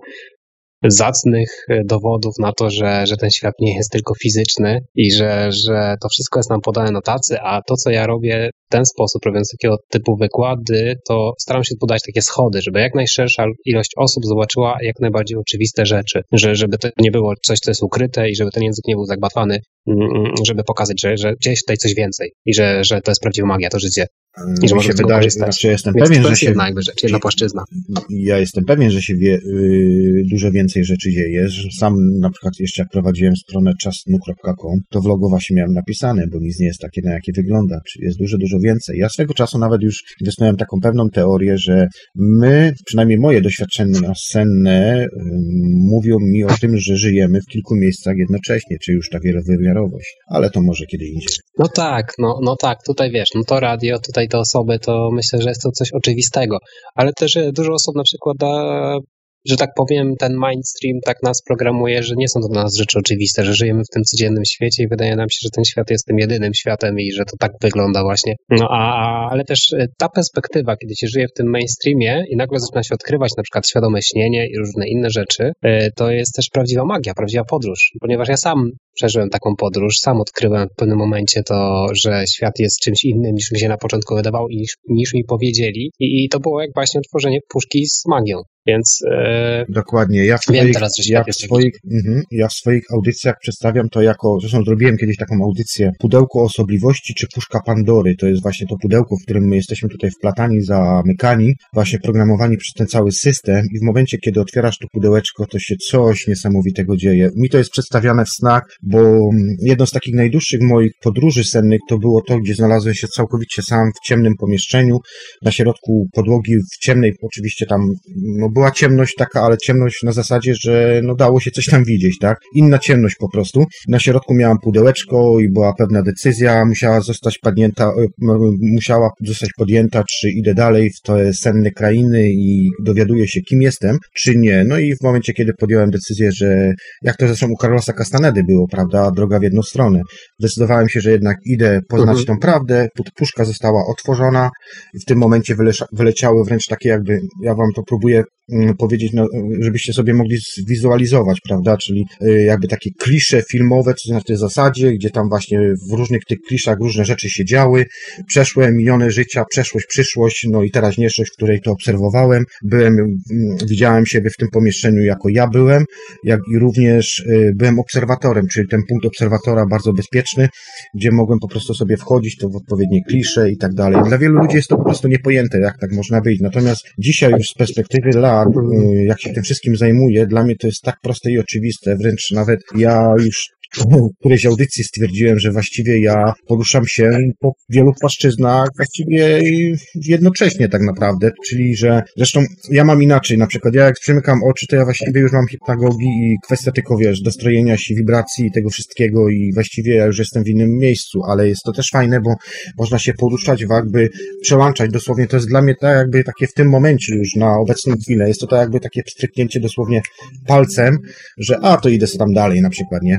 zacnych dowodów na to, że, że ten świat nie jest tylko fizyczny i że, że to wszystko jest nam podane na tacy, a to, co ja robię w ten sposób, robiąc takiego typu wykłady, to staram się podać takie schody, żeby jak najszersza ilość osób zobaczyła jak najbardziej oczywiste rzeczy, że, żeby to nie było coś, co jest ukryte i żeby ten język nie był zagmatwany, żeby pokazać, że, że gdzieś tutaj coś więcej i że, że to jest prawdziwa magia, to życie. I że mi się wydaje, znaczy jestem Więc pewien, to że się jedna, jakby rzecz, jedna płaszczyzna. Ja jestem pewien, że się wie, yy, dużo więcej rzeczy dzieje, że sam na przykład jeszcze jak prowadziłem stronę czasnu kropka com, to w logo właśnie miałem napisane, bo nic nie jest takie, na jakie wygląda, czyli jest dużo, dużo więcej. Ja swego czasu nawet już wysnułem taką pewną teorię, że my, przynajmniej moje doświadczenia senne, yy, mówią mi o tym, że żyjemy w kilku miejscach jednocześnie, czy już ta wielowymiarowość, ale to może kiedy indziej. No tak, no, no tak, tutaj wiesz, no to radio, tutaj te osoby, to myślę, że jest to coś oczywistego, ale też dużo osób na przykład da, że tak powiem, ten mindstream tak nas programuje, że nie są to dla nas rzeczy oczywiste, że żyjemy w tym codziennym świecie i wydaje nam się, że ten świat jest tym jedynym światem i że to tak wygląda właśnie. No a, ale też ta perspektywa, kiedy się żyje w tym mainstreamie i nagle zaczyna się odkrywać na przykład świadome śnienie i różne inne rzeczy, to jest też prawdziwa magia, prawdziwa podróż, ponieważ ja sam przeżyłem taką podróż, sam odkryłem w pewnym momencie to, że świat jest czymś innym niż mi się na początku wydawało i niż, niż mi powiedzieli i, i to było jak właśnie otworzenie puszki z magią. Więc e, dokładnie. Ja w wiem swoich, teraz, że ja w swoich, mm, ja w swoich audycjach przedstawiam to jako, zresztą zrobiłem kiedyś taką audycję, pudełko osobliwości czy puszka Pandory. To jest właśnie to pudełko, w którym my jesteśmy tutaj wplatani, zamykani, właśnie programowani przez ten cały system i w momencie, kiedy otwierasz to pudełeczko, to się coś niesamowitego dzieje. Mi to jest przedstawiane w snach, bo jedno z takich najdłuższych moich podróży sennych to było to, gdzie znalazłem się całkowicie sam w ciemnym pomieszczeniu, na środku podłogi, w ciemnej, oczywiście tam, no była ciemność taka, ale ciemność na zasadzie, że no dało się coś tam widzieć, tak? Inna ciemność po prostu. Na środku miałam pudełeczko i była pewna decyzja, musiała zostać padnięta, musiała zostać podjęta, czy idę dalej w te senne krainy i dowiaduję się, kim jestem, czy nie. No i w momencie, kiedy podjąłem decyzję, że jak to zresztą u Carlosa Castanedy było, prawda, droga w jedną stronę. Zdecydowałem się, że jednak idę poznać mhm. tą prawdę, puszka została otworzona i w tym momencie wylesza, wyleciały wręcz takie jakby, ja wam to próbuję powiedzieć, no, żebyście sobie mogli zwizualizować, prawda, czyli jakby takie klisze filmowe, co na tej zasadzie, gdzie tam właśnie w różnych tych kliszach różne rzeczy się działy, przeszłe minione życia, przeszłość, przyszłość, no i teraźniejszość, w której to obserwowałem, byłem, widziałem siebie w tym pomieszczeniu jako ja byłem, jak i również byłem obserwatorem, czyli ten punkt obserwatora bardzo bezpieczny, gdzie mogłem po prostu sobie wchodzić to w odpowiednie klisze i tak dalej. Dla wielu ludzi jest to po prostu niepojęte, jak tak można być, natomiast dzisiaj już z perspektywy lat, jak się tym wszystkim zajmuję, dla mnie to jest tak proste i oczywiste, wręcz nawet ja już w którejś audycji stwierdziłem, że właściwie ja poruszam się po wielu płaszczyznach właściwie jednocześnie tak naprawdę, czyli że zresztą ja mam inaczej, na przykład ja jak przymykam oczy, to ja właściwie już mam hipnagogii i kwestia tylko, wiesz, dostrojenia się, wibracji i tego wszystkiego i właściwie ja już jestem w innym miejscu, ale jest to też fajne, bo można się poruszać, jakby przełączać dosłownie, to jest dla mnie tak jakby takie w tym momencie już na obecną chwilę, jest to tak jakby takie pstryknięcie dosłownie palcem, że a, to idę sobie tam dalej na przykład, nie? Oczywiście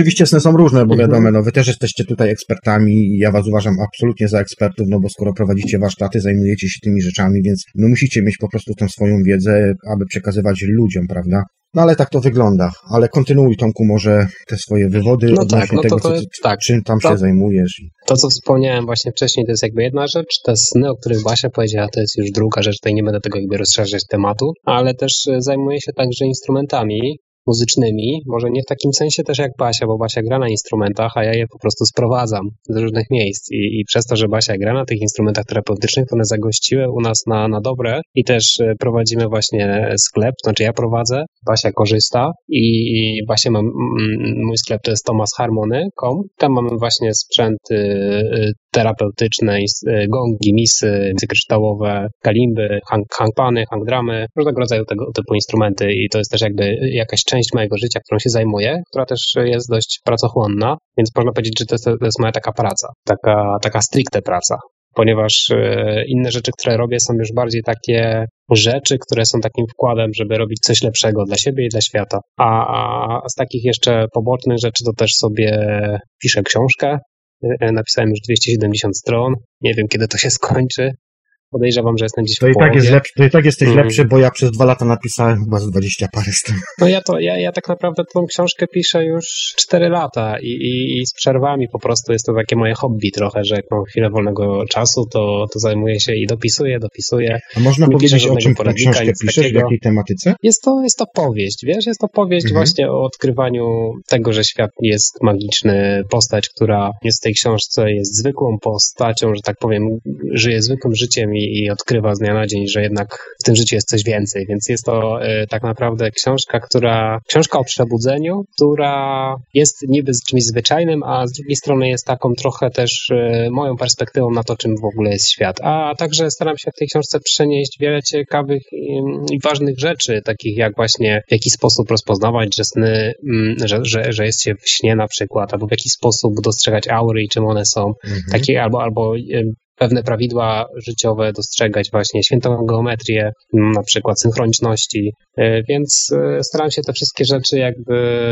oczywiście sny są różne, bo wiadomo, no wy też jesteście tutaj ekspertami i ja was uważam absolutnie za ekspertów, no bo skoro prowadzicie warsztaty, zajmujecie się tymi rzeczami, więc no musicie mieć po prostu tę swoją wiedzę, aby przekazywać ludziom, prawda? No ale tak to wygląda. Ale kontynuuj, Tomku, może te swoje wywody no odnośnie tak, no to, tego, to, co, tak. czym tam to, się zajmujesz. To, co wspomniałem właśnie wcześniej, to jest jakby jedna rzecz. Te sny, o których Basia powiedziała, to jest już druga rzecz. Tutaj nie będę tego jakby rozszerzać tematu, ale też zajmuję się także instrumentami muzycznymi, może nie w takim sensie też jak Basia, bo Basia gra na instrumentach, a ja je po prostu sprowadzam z różnych miejsc i, i przez to, że Basia gra na tych instrumentach terapeutycznych, to one zagościły u nas na, na dobre i też prowadzimy właśnie sklep, znaczy ja prowadzę, Basia korzysta i, i Basia ma, mój sklep to jest thomas harmony kropka com, tam mamy właśnie sprzęt y, terapeutyczne, gongi, misy, kryształowe, kalimby, hang, hangpany, hangdramy, różnego rodzaju tego typu instrumenty i to jest też jakby jakaś część mojego życia, którą się zajmuję, która też jest dość pracochłonna, więc można powiedzieć, że to jest, to jest moja taka praca, taka, taka stricte praca, ponieważ inne rzeczy, które robię, są już bardziej takie rzeczy, które są takim wkładem, żeby robić coś lepszego dla siebie i dla świata. A, a z takich jeszcze pobocznych rzeczy to też sobie piszę książkę. Napisałem już dwieście siedemdziesiąt stron. Nie wiem, kiedy to się skończy. Podejrzewam, że jestem gdzieś w to i połowie. tak jest lepszy, to i tak jesteś mm. lepszy, bo ja przez dwa lata napisałem chyba z dwadzieścia parę stron. No ja to, ja, ja tak naprawdę tą książkę piszę już cztery lata i, i, i z przerwami po prostu jest to takie moje hobby trochę, że jak mam chwilę wolnego czasu, to, to zajmuję się i dopisuję, dopisuję. A można Nie powiedzieć, o czym tę poradnika, książkę piszesz, w jakiej tematyce? Jest to, jest to powieść, wiesz, jest to powieść mhm. właśnie o odkrywaniu tego, że świat jest magiczny, postać, która jest w tej książce, jest zwykłą postacią, że tak powiem, żyje zwykłym życiem i, i odkrywa z dnia na dzień, że jednak w tym życiu jest coś więcej, więc jest to y, tak naprawdę książka, która, książka o przebudzeniu, która jest niby czymś zwyczajnym, a z drugiej strony jest taką trochę też y, moją perspektywą na to, czym w ogóle jest świat. A także staram się w tej książce przenieść wiele ciekawych i, i ważnych rzeczy, takich jak właśnie w jaki sposób rozpoznawać, że sny, y, że, że, że jest się w śnie na przykład, albo w jaki sposób dostrzegać aury i czym one są, mhm. takie albo, albo y, pewne prawidła życiowe dostrzegać, właśnie świętą geometrię, na przykład synchroniczności, więc staram się te wszystkie rzeczy jakby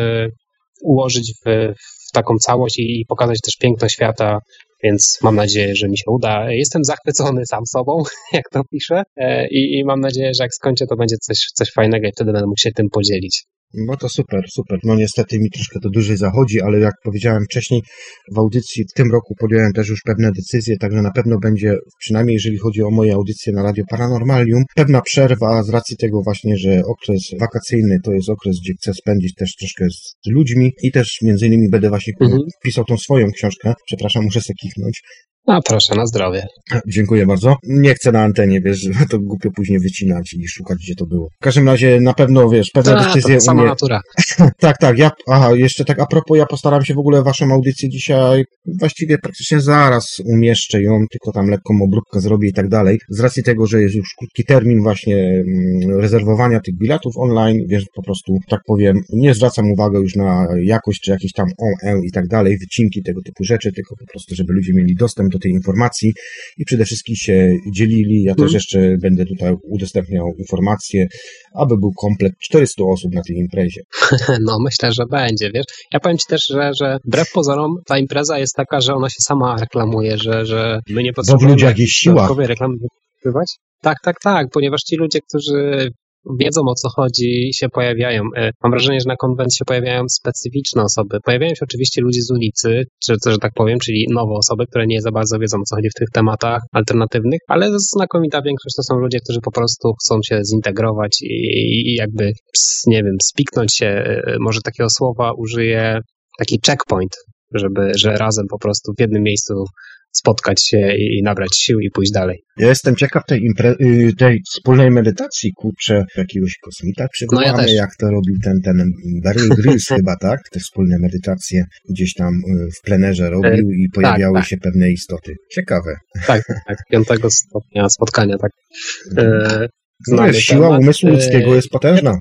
ułożyć w, w taką całość i pokazać też piękno świata, więc mam nadzieję, że mi się uda. Jestem zachwycony sam sobą, jak to piszę i, i mam nadzieję, że jak skończę, to będzie coś, coś fajnego i wtedy będę mógł się tym podzielić. No to super, super. No niestety mi troszkę to dłużej zachodzi, ale jak powiedziałem wcześniej, w audycji w tym roku podjąłem też już pewne decyzje, także na pewno będzie, przynajmniej jeżeli chodzi o moje audycje na Radio Paranormalium, pewna przerwa z racji tego właśnie, że okres wakacyjny to jest okres, gdzie chcę spędzić też troszkę z ludźmi i też między innymi będę właśnie mhm. pisał tą swoją książkę. Przepraszam, muszę se kichnąć. No proszę, na zdrowie. Dziękuję bardzo. Nie chcę na antenie, wiesz, to głupio później wycinać i szukać, gdzie to było. W każdym razie na pewno, wiesz, pewne A, decyzje... To sama umie... natura. tak, tak, ja, aha, jeszcze tak a propos, ja postaram się w ogóle waszą audycję dzisiaj, właściwie praktycznie zaraz umieszczę ją, tylko tam lekką obróbkę zrobię i tak dalej. Z racji tego, że jest już krótki termin właśnie mm, rezerwowania tych biletów online, więc po prostu, tak powiem, nie zwracam uwagi już na jakość, czy jakieś tam o, e i tak dalej, wycinki, tego typu rzeczy, tylko po prostu, żeby ludzie mieli dostęp do tej informacji i przede wszystkim się dzielili. Ja hmm. też jeszcze będę tutaj udostępniał informacje, aby był komplet czterysta osób na tej imprezie. No myślę, że będzie, wiesz. Ja powiem ci też, że, że wbrew pozorom ta impreza jest taka, że ona się sama reklamuje, że, że my nie potrzebujemy... Bo w ludziach jest siła. Reklamy wpływać. Tak, tak, tak, ponieważ ci ludzie, którzy wiedzą, o co chodzi, się pojawiają. Mam wrażenie, że na konwent się pojawiają specyficzne osoby. Pojawiają się oczywiście ludzie z ulicy, czy, że tak powiem, czyli nowe osoby, które nie za bardzo wiedzą, o co chodzi w tych tematach alternatywnych, ale znakomita większość to są ludzie, którzy po prostu chcą się zintegrować i, i jakby, nie wiem, spiknąć się, może takiego słowa użyję, taki checkpoint, żeby, że razem po prostu w jednym miejscu spotkać się i nabrać sił i pójść dalej. Ja jestem ciekaw tej, impre- tej wspólnej medytacji, kurczę, jakiegoś kosmita przywołamy, no ja jak to robił ten, ten Beryl Grylls chyba, tak? Te wspólne medytacje gdzieś tam w plenerze robił i pojawiały tak, się tak. pewne istoty. Ciekawe. Tak, tak. Piątego stopnia spotkania, tak. E, no, siła temat. umysłu ludzkiego jest potężna.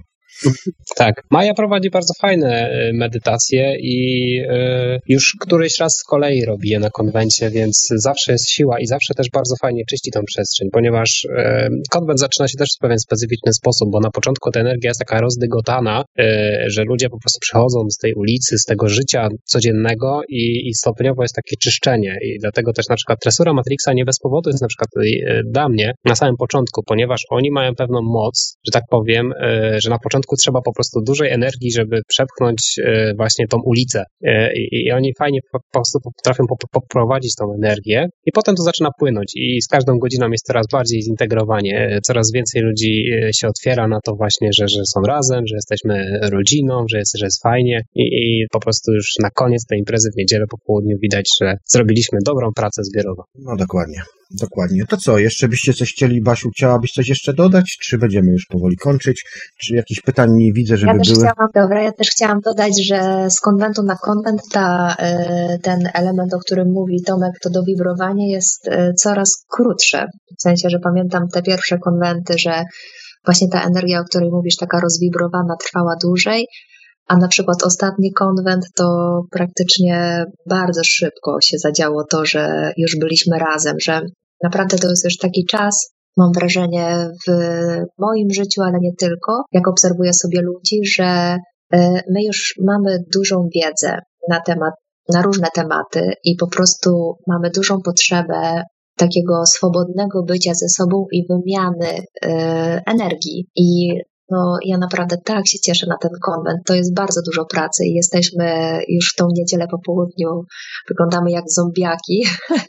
Tak, Maja prowadzi bardzo fajne medytacje i już któryś raz z kolei robi je na konwencie, więc zawsze jest siła i zawsze też bardzo fajnie czyści tą przestrzeń, ponieważ konwent zaczyna się też w pewien specyficzny sposób, bo na początku ta energia jest taka rozdygotana, że ludzie po prostu przychodzą z tej ulicy, z tego życia codziennego i, i stopniowo jest takie czyszczenie i dlatego też na przykład tresura Matrixa nie bez powodu jest na przykład dla mnie na samym początku, ponieważ oni mają pewną moc, że tak powiem, że na początku trzeba po prostu dużej energii, żeby przepchnąć właśnie tą ulicę i, i oni fajnie po prostu potrafią poprowadzić tą energię i potem to zaczyna płynąć i z każdą godziną jest coraz bardziej zintegrowanie, coraz więcej ludzi się otwiera na to właśnie, że, że są razem, że jesteśmy rodziną, że jest, że jest fajnie i, i po prostu już na koniec tej imprezy w niedzielę po południu widać, że zrobiliśmy dobrą pracę zbiorową. No dokładnie. Dokładnie. To co, jeszcze byście coś chcieli, Basiu, chciałabyś coś jeszcze dodać, czy będziemy już powoli kończyć? Czy jakichś pytań nie widzę, żeby ja też były? Chciałam, dobra, ja też chciałam dodać, że z konwentu na konwent ta, ten element, o którym mówi Tomek, to dowibrowanie jest coraz krótsze. W sensie, że pamiętam te pierwsze konwenty, że właśnie ta energia, o której mówisz, taka rozwibrowana, trwała dłużej, a na przykład ostatni konwent to praktycznie bardzo szybko się zadziało to, że już byliśmy razem, że naprawdę to jest już taki czas, mam wrażenie, w moim życiu, ale nie tylko, jak obserwuję sobie ludzi, że my już mamy dużą wiedzę na temat, na różne tematy i po prostu mamy dużą potrzebę takiego swobodnego bycia ze sobą i wymiany y, energii. I no, ja naprawdę tak się cieszę na ten konwent. To jest bardzo dużo pracy i jesteśmy już w tą niedzielę po południu, wyglądamy jak zombiaki,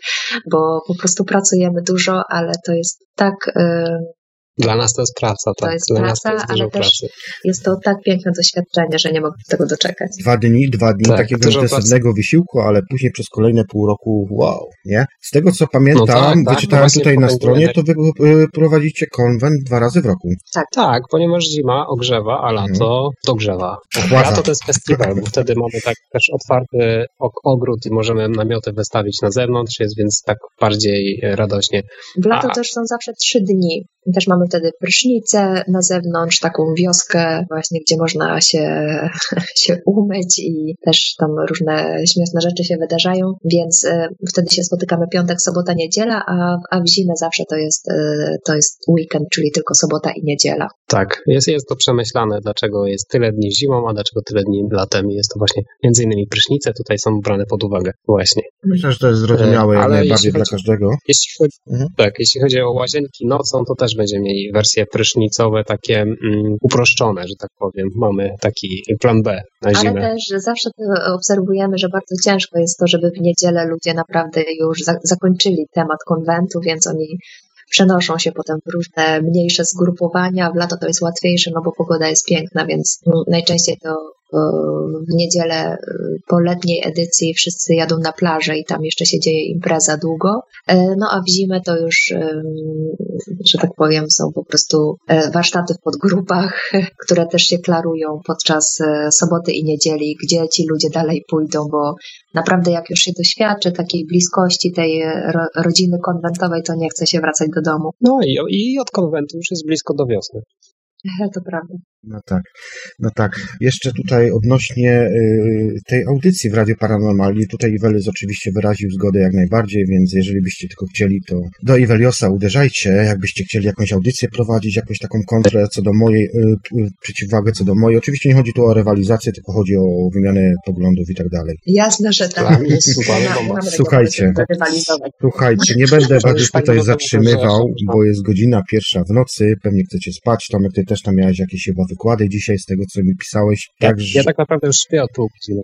bo po prostu pracujemy dużo, ale to jest tak... Y, Dla nas to jest praca, tak. To jest Dla praca, nas to jest dużo ale też pracy. jest to tak piękne doświadczenie, że nie mogę tego doczekać. Dwa dni, dwa dni Tak, takiego dużo intensywnego wysiłku, ale później przez kolejne pół roku, wow, nie? Z tego co pamiętam, No tak, tak, wyczytałem właśnie tutaj na potęguje stronie, to wy y, prowadzicie konwent dwa razy w roku. Tak, tak, ponieważ zima ogrzewa, a lato dogrzewa. Ochładza. Lato to jest festiwal, bo wtedy mamy tak też otwarty ogród i możemy namioty wystawić na zewnątrz, jest więc tak bardziej radośnie. W lato A- też są zawsze trzy dni. Też mamy wtedy prysznice na zewnątrz, taką wioskę właśnie, gdzie można się, się umyć i też tam różne śmieszne rzeczy się wydarzają, więc y, wtedy się spotykamy piątek, sobota, niedziela, a, a w zimę zawsze to jest, y, to jest weekend, czyli tylko sobota i niedziela. Tak, jest, jest to przemyślane, dlaczego jest tyle dni zimą, a dlaczego tyle dni latem. Jest to właśnie między innymi prysznice tutaj są brane pod uwagę właśnie. Myślę, że to jest zrozumiałe jak Ale najbardziej jeśli dla chodzi- każdego. Jeśli chodzi, Mhm. tak, jeśli chodzi o łazienki nocą, to też będziemy mieli wersje prysznicowe, takie mm, uproszczone, że tak powiem. Mamy taki plan B na Ale zimę. też zawsze to obserwujemy, że bardzo ciężko jest to, żeby w niedzielę ludzie naprawdę już za- zakończyli temat konwentu, więc oni przenoszą się potem w różne mniejsze zgrupowania. W lato to jest łatwiejsze, no bo pogoda jest piękna, więc mm, najczęściej to e, w niedzielę e, po letniej edycji wszyscy jadą na plażę i tam jeszcze się dzieje impreza długo. E, No a w zimę to już, em, że tak powiem, są po prostu e, warsztaty w podgrupach, które też się klarują podczas e, soboty i niedzieli, gdzie ci ludzie dalej pójdą, bo naprawdę jak już się doświadczy takiej bliskości tej e, ro, rodziny konwentowej, to nie chce się wracać do domu. No i, i od konwentu już jest blisko do wiosny. To prawda. No tak, no tak. Jeszcze tutaj odnośnie y, tej audycji w Radiu Paranormalnie, tutaj Iwelys oczywiście wyraził zgodę jak najbardziej, więc jeżeli byście tylko chcieli, to do Iweliosa uderzajcie, jakbyście chcieli jakąś audycję prowadzić, jakąś taką kontrę co do mojej, y, y, przeciwwagę co do mojej. Oczywiście nie chodzi tu o rywalizację, tylko chodzi o wymianę poglądów i tak dalej. Jasne, że tak. Dla mnie jest super, Nie ma- bo- nie mamy takiego Słuchajcie. pomysłu, żeby rywalizować. Słuchajcie, nie będę To was już już tak tutaj było, zatrzymywał, że- bo jest godzina pierwsza w nocy, pewnie chcecie spać. Tomek, ty też tam miałeś jakieś chyba wykłady dzisiaj z tego, co mi pisałeś. Ja, Także... ja tak naprawdę już śpię od pół godziny.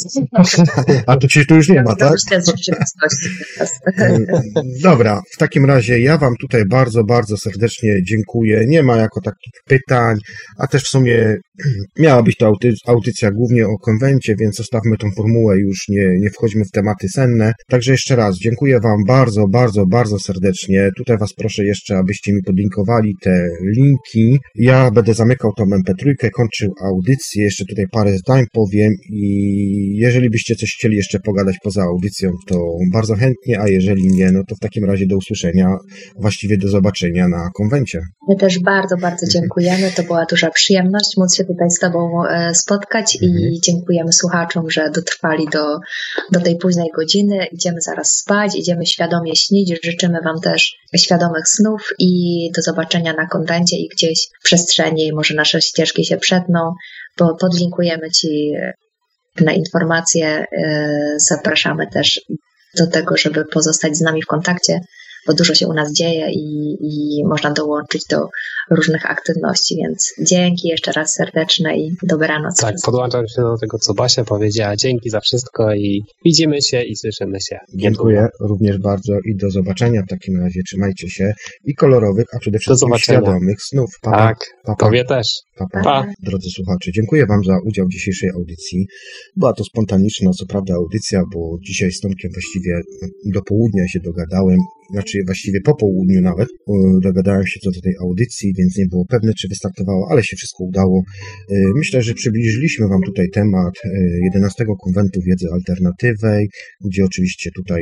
A tu cię tu już nie ma, tak? Już ten z rzeczywistości teraz. Dobra, w takim razie ja wam tutaj bardzo, bardzo serdecznie dziękuję. Nie ma jako takich pytań, a też w sumie miała być to audy- audycja głównie o konwencie, więc zostawmy tą formułę już, nie, nie wchodźmy w tematy senne. Także jeszcze raz dziękuję wam bardzo, bardzo, bardzo serdecznie. Tutaj was proszę jeszcze, abyście mi podlinkowali te linki. Ja Ja będę zamykał tą em pe trzy, kończył audycję, jeszcze tutaj parę zdań powiem i jeżeli byście coś chcieli jeszcze pogadać poza audycją, to bardzo chętnie, a jeżeli nie, no to w takim razie do usłyszenia, właściwie do zobaczenia na konwencie. My też bardzo, bardzo dziękujemy. To była duża przyjemność móc się tutaj z Tobą spotkać i mhm. dziękujemy słuchaczom, że dotrwali do, do tej późnej godziny. Idziemy zaraz spać, idziemy świadomie śnić. Życzymy Wam też świadomych snów i do zobaczenia na konwencie i gdzieś w przestrzeni, może nasze ścieżki się przetną, bo podlinkujemy Ci na informacje. Zapraszamy też do tego, żeby pozostać z nami w kontakcie, bo dużo się u nas dzieje i, i można dołączyć do różnych aktywności, więc dzięki jeszcze raz serdeczne i dobranoc. Tak, podłączam się do tego, co Basia powiedziała. Dzięki za wszystko i widzimy się i słyszymy się. Dziękuję również bardzo i do zobaczenia w takim razie. Trzymajcie się i kolorowych, a przede wszystkim świadomych snów. Pa, pa. Tak, pa, pa. Tobie też. Pa, pa. Pa. Drodzy słuchacze, dziękuję Wam za udział w dzisiejszej audycji. Była to spontaniczna, co prawda, audycja, bo dzisiaj z Tomkiem właściwie do południa się dogadałem, znaczy właściwie po południu nawet dogadałem się co do tej audycji, więc nie było pewne, czy wystartowało, ale się wszystko udało. Myślę, że przybliżyliśmy Wam tutaj temat jedenastego Konwentu Wiedzy Alternatywnej, gdzie oczywiście tutaj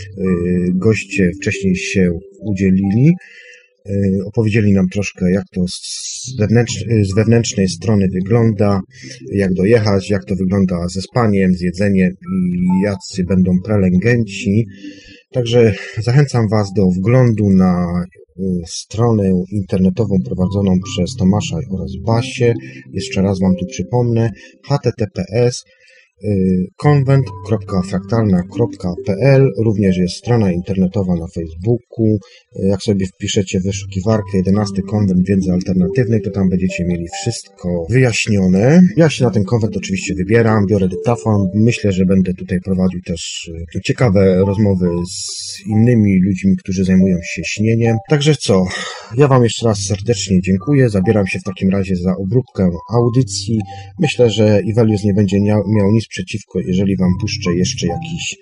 goście wcześniej się udzielili. Opowiedzieli nam troszkę, jak to z, wewnętrz, z wewnętrznej strony wygląda, jak dojechać, jak to wygląda ze spaniem, z jedzeniem i jacy będą prelegenci. Także zachęcam Was do wglądu na stronę internetową prowadzoną przez Tomasza oraz Basię. Jeszcze raz Wam tu przypomnę, h t t p s konwent kropka fraktalna kropka p l. Również jest strona internetowa na Facebooku. Jak sobie wpiszecie w wyszukiwarkę jedenasty Konwent Wiedzy Alternatywnej, to tam będziecie mieli wszystko wyjaśnione. Ja się na ten konwent oczywiście wybieram, biorę dyktafon. Myślę, że będę tutaj prowadził też ciekawe rozmowy z innymi ludźmi, którzy zajmują się śnieniem. Także co? Ja Wam jeszcze raz serdecznie dziękuję. Zabieram się w takim razie za obróbkę audycji. Myślę, że Ivelios nie będzie miał, miał nic przeciwko, jeżeli Wam puszczę jeszcze jakiś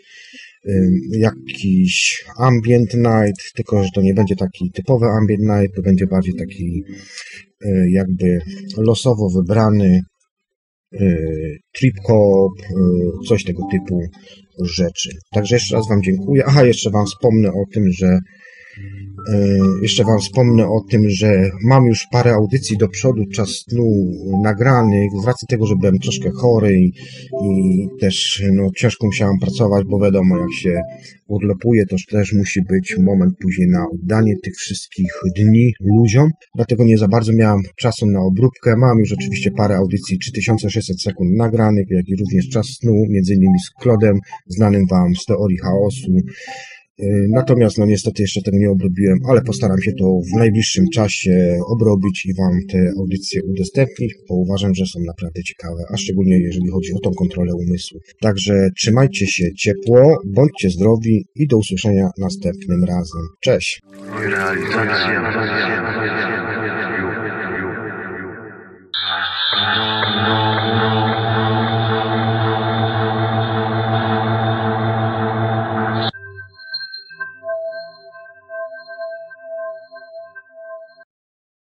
jakiś ambient night, tylko że to nie będzie taki typowy ambient night, to będzie bardziej taki jakby losowo wybrany trip-hop, coś tego typu rzeczy. Także jeszcze raz Wam dziękuję. Aha, jeszcze Wam wspomnę o tym, że Jeszcze Wam wspomnę o tym, że mam już parę audycji do przodu, czas snu nagranych, z racji tego, że byłem troszkę chory i, i też no, ciężko musiałem pracować, bo wiadomo, jak się urlopuje, to też musi być moment później na oddanie tych wszystkich dni ludziom, dlatego nie za bardzo miałem czasu na obróbkę. Mam już oczywiście parę audycji, trzy tysiące sześćset sekund nagranych, jak i również czas snu, między innymi z Klodem, znanym Wam z Teorii Chaosu. Natomiast no niestety jeszcze tego nie obrobiłem, ale postaram się to w najbliższym czasie obrobić i Wam te audycje udostępnić, bo uważam, że są naprawdę ciekawe, a szczególnie jeżeli chodzi o tą kontrolę umysłu. Także trzymajcie się ciepło, bądźcie zdrowi i do usłyszenia następnym razem. Cześć!